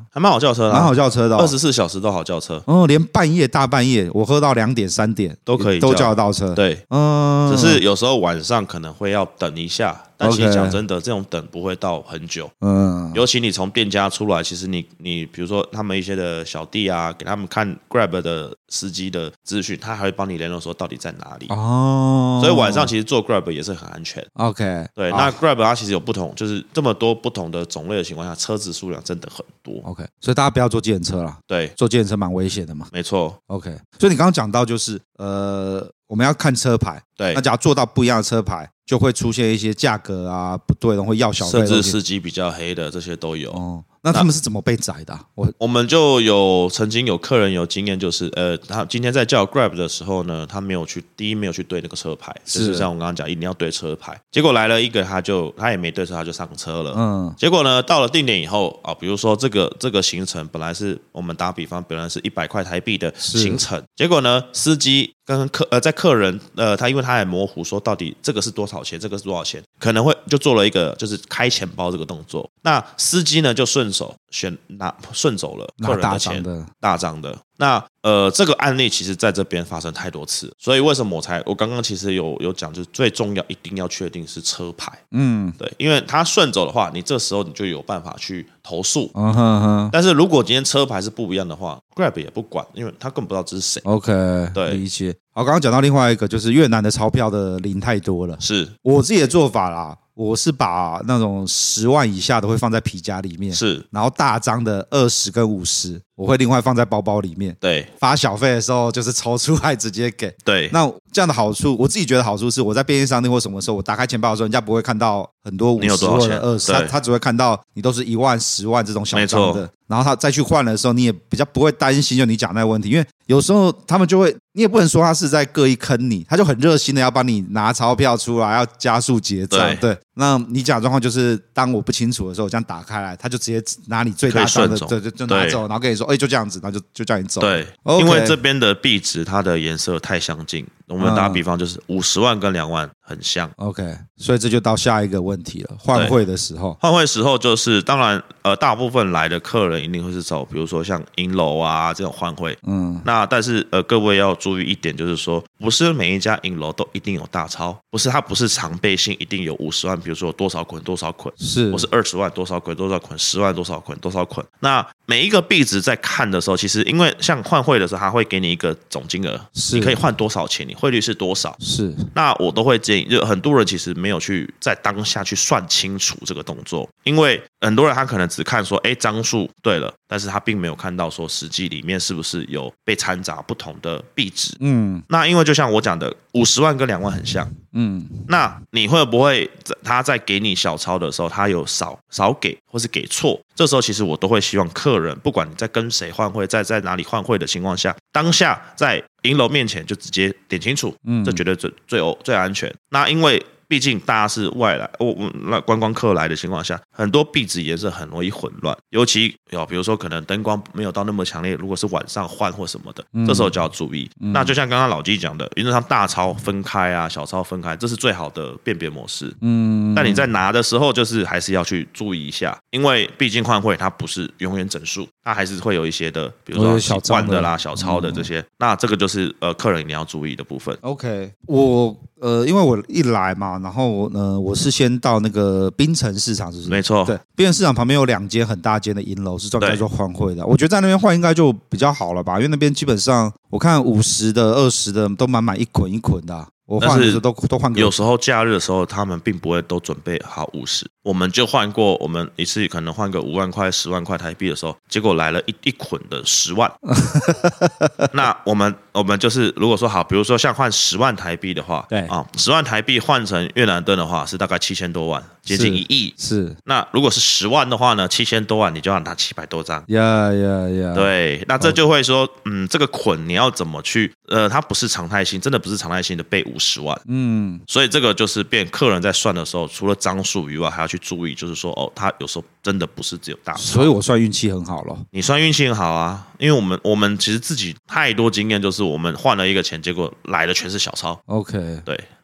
还蛮好叫车的， 蛮好叫车的 ，24小时都好叫车。 连半夜大半夜我喝到2点3点都可以都叫得到车。 对，只是有时候晚上可能会要等一下。但其实讲真的，这种等不会到很久。尤其你从店家出来，其实你比如说他们一些的小弟啊，给他们看 Grab 的司机的资讯，他还会帮你联络说到底在哪里。所以晚上其实做 Grab 也是很安全。 OK， 对，那 Grab 它其实有不同，就是这么多不同的种类的情况下，车子数量真的很多。 OK， 所以大家不要坐计程车啦。 对， 坐计程车蛮危险的嘛。 没错。 OK， 所以你刚刚讲到就是我们要看车牌。 对， 那假如做到不一样的车牌，就会出现一些价格啊不对的，会要小费， 甚至司机比较黑的这些都有。 那他们是怎么被宰的？ 我们就曾经有客人有经验，就是他今天在叫 Grab 的时候呢，他没有去对那个车牌，就是像我刚刚讲，一定要对车牌。结果来了一个，他也没对车，他就上车了。结果呢，到了定点以后啊，比如说这个行程本来是我们打比方，本来是100块台币的行程，结果呢，司机跟在客人他因为他还模糊说到底这个是多少钱，这个是多少钱，可能会就做了一个就是开钱包这个动作。那司机呢就顺手顺走了客人的钱，大张的。那这个案例其实在这边发生太多次，所以为什么我刚刚其实有讲，就是最重要一定要确定是车牌。对，因为他顺走的话，你这时候你就有办法去投诉。但是如果今天车牌是不一样的话 ，Grab 也不管，因为他根本不知道这是谁。 OK， 对， 理解。好，刚刚讲到另外一个，就是越南的钞票的零太多了。 是我自己的做法啦。我是把那种10万以下的会放在皮夹里面， 是， 然后大张的20跟50，我会另外放在包包里面。 对， 发小费的时候就是抽出来直接给。 对， 那这样的好处，我自己觉得好处是，我在便利商店或什么时候，我打开钱包的时候，人家不会看到很多50或者20，他只会看到你都是1万、10万这种小张的。然后他再去换的时候，你也比较不会担心，就你讲那个问题，因为有时候他们就会，你也不能说他是在刻意坑你，他就很热心的要帮你拿钞票出来，要加速结账。对，那你讲的状况就是，当我不清楚的时候，我这样打开来，他就直接拿你最大张的，对，就拿走，然后跟你说，就这样子，然后就叫你走。 对，因为这边的币值它的颜色太相近，我们打比方就是50万跟2万很像。 OK， 所以这就到下一个问题了，换汇的时候。 换汇时候就是，当然大部分来的客人一定会是走，比如说像银楼啊这种换汇。那但是各位要注意一点，就是说，不是每一家银楼都一定有大钞，它不是常备性一定有50万，比如说多少捆多少捆， 是， 或是20万多少捆多少捆，10万多少捆多少捆。那每一个币值在看的时候，其实因为像换汇的时候，他会给你一个总金额，你可以换多少钱，你汇率是多少。 是， 那我都会建议，就很多人其实没有去在当下去算清楚这个动作，因为很多人他可能只看说，张数对了，但是他并没有看到说实际里面是不是有被掺杂不同的币值。那因为就像我讲的，50万跟2万很像。那你会不会他在给你小钞的时候，他有少给或是给错？这时候其实我都会希望客人，不管你在跟谁换汇，在哪里换汇的情况下，当下在银楼面前就直接点清楚，这绝对最安全。那因为毕竟大家是外来观光客来的情况下，很多币值颜色很容易混乱，尤其比如说可能灯光没有到那么强烈，如果是晚上换或什么的，这时候就要注意。那就像刚刚老纪讲的，原则上大钞分开啊，小钞分开，这是最好的辨别模式。但你在拿的时候，就是还是要去注意一下，因为毕竟换汇它不是永远整数，它还是会有一些的，比如说小万的啦、小钞的这些。那这个就是客人一定要注意的部分。 OK， 因为我一来嘛，然后我是先到那个槟城市场，是不是？ 没错， 对，槟城市场旁边有2间很大间的银楼，是专门在做换汇的。我觉得在那边换应该就比较好了吧，因为那边基本上我看50的、20的都满一捆一捆的。我换的时候都换过。 有时候假日的时候，他们并不会都准备好50，我们就换过，我们一次可能换个5万块、10万块台币的时候，结果来了一捆的10万。那我们就是如果说好，比如说像换10万台币的话， 对啊，10万台币换成越南盾的话是大概7000多万，接近1亿。 是。 那如果是10万的话呢，7000多万你就要拿700多张。对，那这就会说，这个捆你要怎么去？它不是常态性，真的不是常态性的备50万。所以这个就是变客人在算的时候，除了张数以外，还要去注意，就是说他有时候真的不是只有大数。 所以我算运气很好了。 你算运气很好啊，因为我们其实自己太多经验，就是我们换了一个钱，结果来的全是小钞。 OK， 对。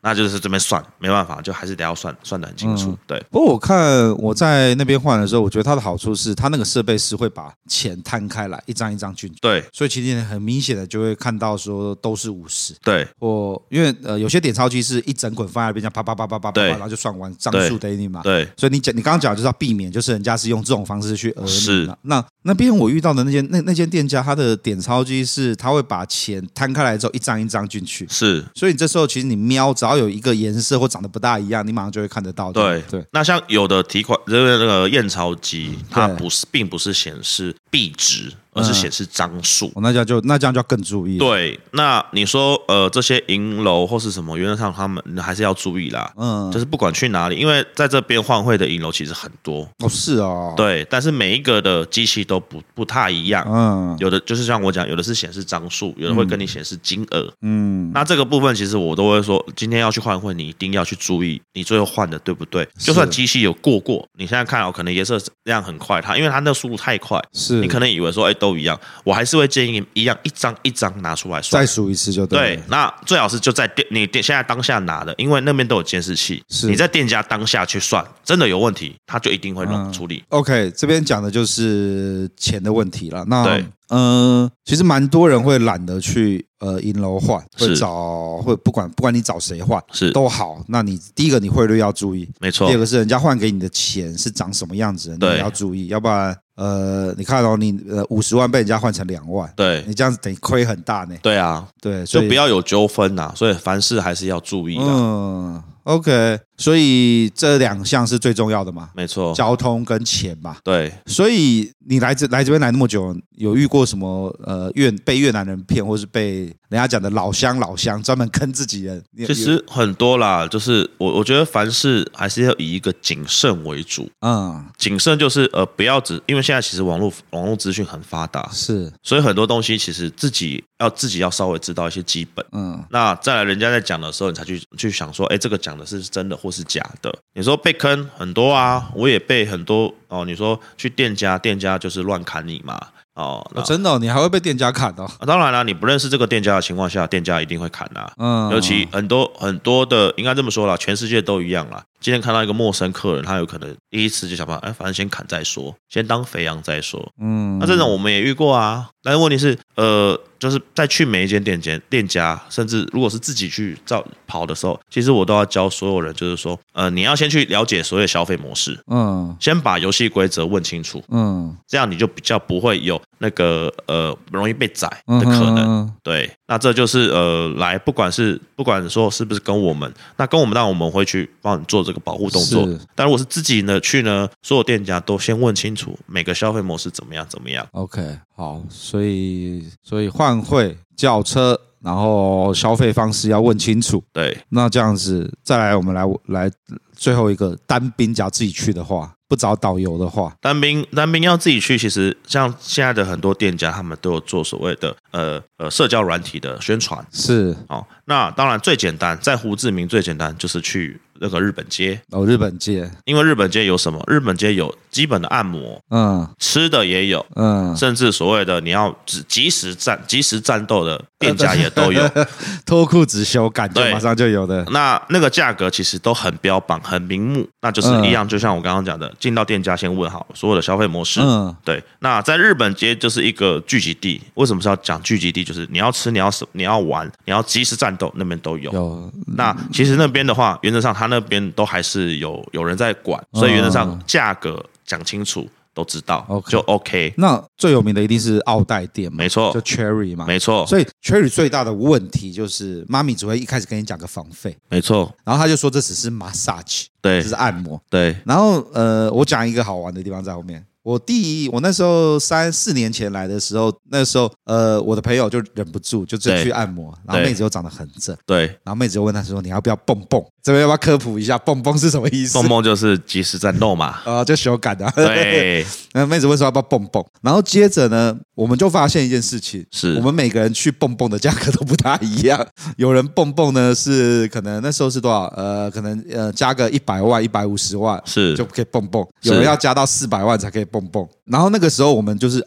那就是这边算没办法，就还是得要算得很清楚。对。 不过我看我在那边换的时候，我觉得它的好处是它那个设备是会把钱摊开来，一张一张进去。 对， 所以其实很明显的就会看到说都是50。 对， 或因为有些点钞机是一整捆放在那边，这样啪啪啪啪啪啪，然后就算完张数给你嘛。 对， 所以你刚刚讲就是要避免，就是人家是用这种方式去讹你。是，那边我遇到的那间店家，他的点钞机是他会把钱摊开来之后一张一张进去。 是， 所以你这时候其实你瞄，只要有一个颜色或长得不大一样，你马上就会看得到。 对。那像有的提款那个验钞机，它并不是显示币值，而是显示张数。 那这样就要更注意。 对，那你说这些银楼或是什么，原则上他们还是要注意啦。就是不管去哪里，因为在这边换汇的银楼其实很多。 是哦。 对，但是每一个的机器都不太一样。有的就是像我讲，有的是显示张数，有的会跟你显示金额。那这个部分其实我都会说，今天要去换汇，你一定要去注意你最后换的对不对。就算机器有过，你现在看可能颜色量很快，因为它那个速度太快，是你可能以为说都一样，我还是会建议一样一张一张拿出来算， 再数一次就对了。 对，那最好是就在你现在当下拿的，因为那边都有监视器，你在店家当下去算，真的有问题，他就一定会处理。 OK， 这边讲的就是钱的问题了。那对。其实蛮多人会懒得去银楼换，会不管你找谁换都好。那你第一个你汇率要注意， 没错。 第二个是人家换给你的钱是长什么样子，你也要注意，要不然你看你50万被人家换成2万， 对， 你这样子等于亏很大呢。 对啊， 对， 就不要有纠纷呐。所以凡事还是要注意的。 OK， 所以这2项是最重要的嘛？ 没错， 交通跟钱嘛。 对， 所以你来这边来那么久，有遇过什么被越南人骗，或是被人家讲的老乡专门坑自己人？ 其实很多啦，就是我觉得凡事还是要以一个谨慎为主。谨慎就是不要因为现在其实网络资讯很发达， 是， 所以很多东西其实自己要稍微知道一些基本。那再来人家在讲的时候，你才去想说，这个讲的是真的或是假的？你说被坑很多啊，我也被很多你说去店家就是乱砍你嘛。 真的你还会被店家砍哦？ 当然啦，你不认识这个店家的情况下，店家一定会砍啦。尤其很多的，应该这么说啦，全世界都一样啦。今天看到一个陌生客人，他有可能第一次就想办法，反正先砍再说，先当肥羊再说。那这种我们也遇过啊。但是问题是，就是在去每一间店家，甚至如果是自己去跑的时候，其实我都要教所有人，就是说，你要先去了解所有消费模式，先把游戏规则问清楚，这样你就比较不会有那个容易被宰的可能。对，那这就是不管说是不是跟我们，那跟我们当然我们会去帮你做这个保护动作，但如果是自己呢去呢，所有店家都先问清楚每个消费模式怎么样。 OK， 好，所以换汇、叫车，然后消费方式要问清楚。 对， 那这样子再来，我们来最后一个单兵，假如自己去的话，不找导游的话， 单兵要自己去。其实像现在的很多店家，他们都有做所谓的社交软体的宣传。 是， 那当然最简单，在胡志明最简单就是去那个日本街。 日本街， 因为日本街有什么？日本街有基本的按摩，吃的也有，甚至所谓的你要即时战斗的店家也都有， 脱裤子修感觉马上就有的。 那个价格其实都很标榜、很明目，那就是一样，就像我刚刚讲的，进到店家先问好所有的消费模式。对。那在日本街就是一个聚集地，为什么是要讲聚集地？就是你要吃、你要玩、你要即时战斗，那边都有。那其实那边的话，原则上他那边都还是有人在管，所以原则上价格讲清楚都知道，就 OK。 那最有名的一定是奥黛店嘛， 没错， 就 Cherry 嘛， 没错。 所以 Cherry 最大的问题就是妈咪只会一开始跟你讲个房费， 没错， 然后他就说这只是 massage， 对， 这是按摩， 对。 然后我讲一个好玩的地方在后面。我那时候3-4年前来的时候，那时候我的朋友就忍不住就去按摩，然后妹子又长得很正， 对， 然后妹子就问他说：“你要不要蹦蹦？”这边要不要科普一下蹦蹦是什么意思？ 蹦蹦就是即时战斗嘛， 就手感的。 对， 那妹子问说要不要蹦蹦，然后接着呢，我们就发现一件事情， 是我们每个人去蹦蹦的价格都不大一样。有人蹦蹦呢是可能那时候是多少？可能加个100万、150万是就可以蹦蹦，有人要加到400万才可以蹦蹦。然后那个时候我们就是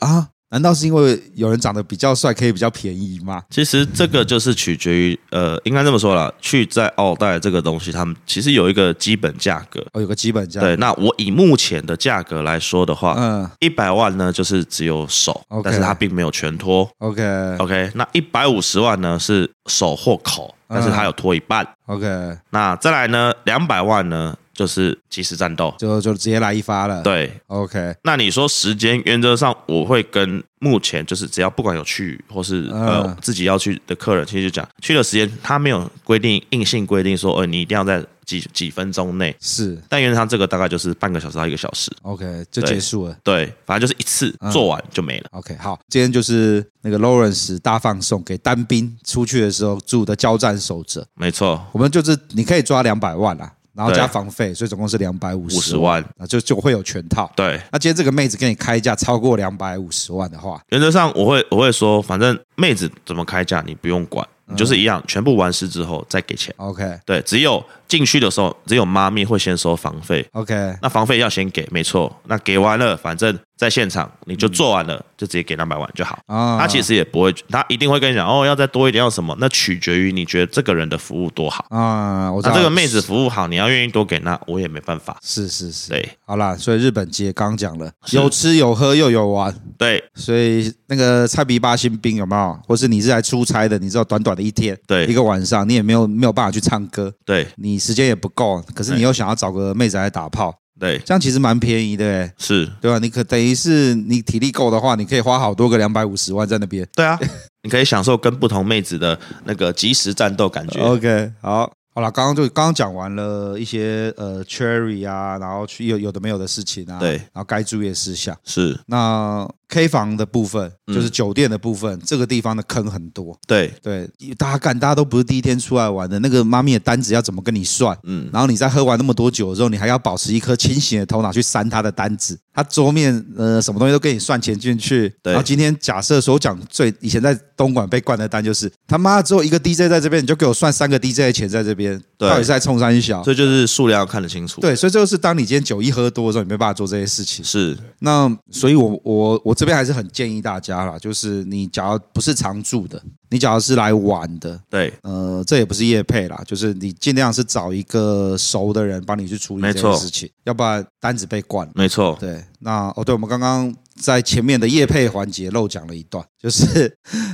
难道是因为有人长得比较帅可以比较便宜吗？ 其实这个就是取决于应该这么说啦，去在奥黛这个东西他们其实有一个基本价格有个基本价格。 对，那我以目前的价格来说的话100万呢就是只有手但是它并没有全脱 OK 那150万呢是手或口但是它有脱一半 OK 那再来呢200万呢就是即时战斗， 就直接来一发了。 对 ，OK。 那你说时间，原则上我会跟目前就是只要不管有去或是自己要去的客人，其实就讲去的时间，他没有规定硬性规定说，你一定要在几分钟内是， 但原则上这个大概就是半个小时到1个小时 ，OK 就结束了。 对，反正就是一次做完就没了。 OK， 好，今天就是那个 Lawrence 大放送给单兵出去的时候住的交战守则。 没错， 我们就是你可以抓200万啦。然后加房费，所以总共是250万，就会有全套。对，那今天这个妹子给你开价超过250万的话， 原则上我会说，反正妹子怎么开价你不用管，你就是一样，全部完事之后再给钱。 OK， 对，只有进去的时候，只有妈咪会先收房费。 OK， 那房费要先给，没错。那给完了，反正在现场你就做完了，就直接给200万就好。他其实也不会，他一定会跟你讲要再多一点要什么，那取决于你觉得这个人的服务多好我知道。那这个妹子服务好，你要愿意多给，那我也没办法。 是， 对， 好啦，所以日本街刚讲了，有吃有喝又有玩。 对， 所以那个菜比巴新兵有没有？或是你是来出差的，你知道短短的一天，对，一个晚上，你也没有办法去唱歌，对，你时间也不够，可是你又想要找个妹子来打炮。对，这样其实蛮便宜的诶，是，对吧？你等于是你体力够的话，你可以花好多个250万在那边。对啊， 你可以享受跟不同妹子的那个即时战斗感觉。 OK， 好了，刚刚讲完了一些Cherry 啊，然后有的没有的事情啊，对，然后该注意的事项是那。K 房的部分就是酒店的部分，这个地方的坑很多。对，大家都不是第一天出来玩的，那个妈咪的单子要怎么跟你算？然后你在喝完那么多酒之后，你还要保持一颗清醒的头脑去删他的单子，他桌面什么东西都给你算钱进去。然后今天假设所讲以前在东莞被灌的单就是他妈只有一个 DJ 在这边，你就给我算3个 DJ 的钱在这边，到底是在冲三小？ 所以就是数量要看得清楚。 对，所以这就是当你今天酒一喝多的时候，你没办法做这些事情。是，那所以我这边还是很建议大家啦，就是你假如不是常住的，你假如是来玩的，对，这也不是业配啦，就是你尽量是找一个熟的人帮你去处理这件事情，要不然单子被灌了。 没错， 对，那对，我们刚刚在前面的业配环节漏讲了一段，就是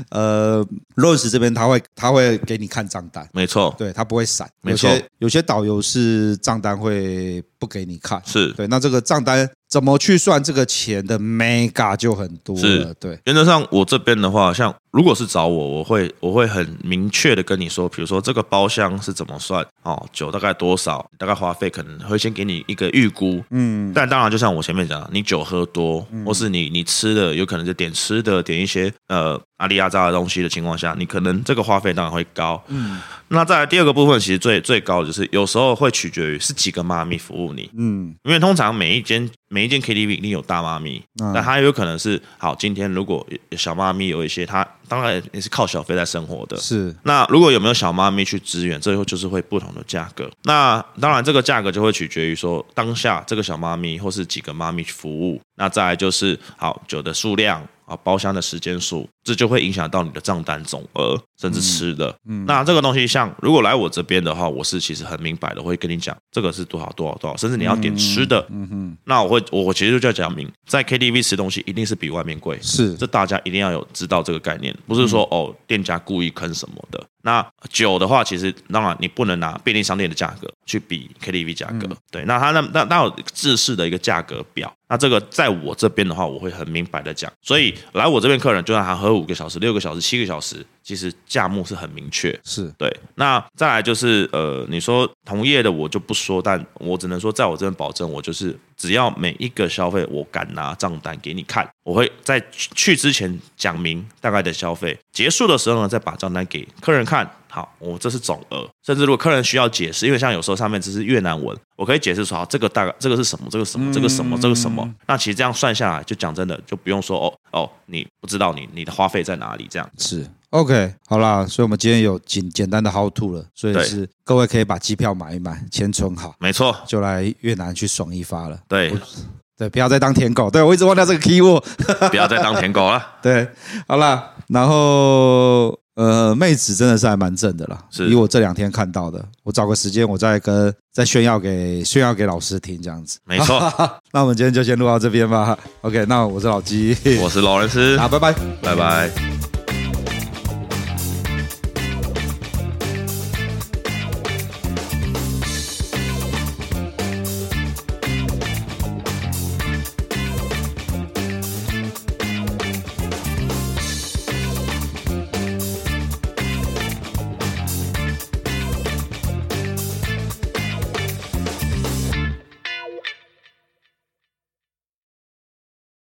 Lawrence 这边他会给你看账单， 没错， 对，他不会闪， 没错， 有些导游是账单会不给你看， 是对，那这个账单怎么去算这个钱的 mega 就很多了，对， 原则上我这边的话，像如果是找我会很明确的跟你说，比如说这个包厢是怎么算酒大概多少，大概花费可能会先给你一个预估，但当然就像我前面讲的，你酒喝多，或是你吃的有可能就点吃的，点一些阿里阿扎的东西的情况下，你可能这个花费当然会高。那再来第二个部分，其实最高的就是有时候会取决于是几个妈咪服务你，因为通常每一间 KTV 一定有大妈咪，但它有可能是好，今天如果小妈咪有一些，它当然也是靠小费在生活的，是。那如果有没有小妈咪去支援，最后就是会不同的价格。那当然这个价格就会取决于说当下这个小妈咪或是几个妈咪服务，那再来就是好酒的数量。包厢的时间数，这就会影响到你的账单总额，甚至吃的。那这个东西，像如果来我这边的话，我是其实很明白的，会跟你讲这个是多少，甚至你要点吃的。那我其实就要讲明，在 KTV 吃东西一定是比外面贵，是，这大家一定要有知道这个概念，不是说店家故意坑什么的。那酒的话，其实当然你不能拿便利商店的价格去比 KTV 价格，对，那它有制式的一个价格表，那这个在我这边的话，我会很明白的讲，所以来我这边客人，就算他喝5个小时、6个小时、7个小时，其实价目是很明确，是对。那再来就是你说同业的我就不说，但我只能说，在我这边保证，我就是只要每一个消费，我敢拿账单给你看，我会在去之前讲明大概的消费，结束的时候呢，再把账单给客人看。好，我这是总额，甚至如果客人需要解释，因为像有时候上面只是越南文，我可以解释说，好，这个大概这个是什么，这个什么，这个什么，这个什么。那其实这样算下来，就讲真的，就不用说你不知道你的花费在哪里，这样是 OK。好啦，所以我们今天有简单的 how to 了，所以是各位可以把机票买一买，钱存好， 没错， 就来越南去爽一发了。 对。 对，不要再当舔狗。对，我一直忘掉这个 keyword， 不要再当舔狗了。 对，好啦，然后妹子真的是还蛮正的啦，以我这2天看到的，我找个时间我再炫耀给老师听，这样子。 没错。 那我们今天就先录到这边吧。OK， 那我是老鸡， 我是劳伦斯， 好，拜拜， 拜拜。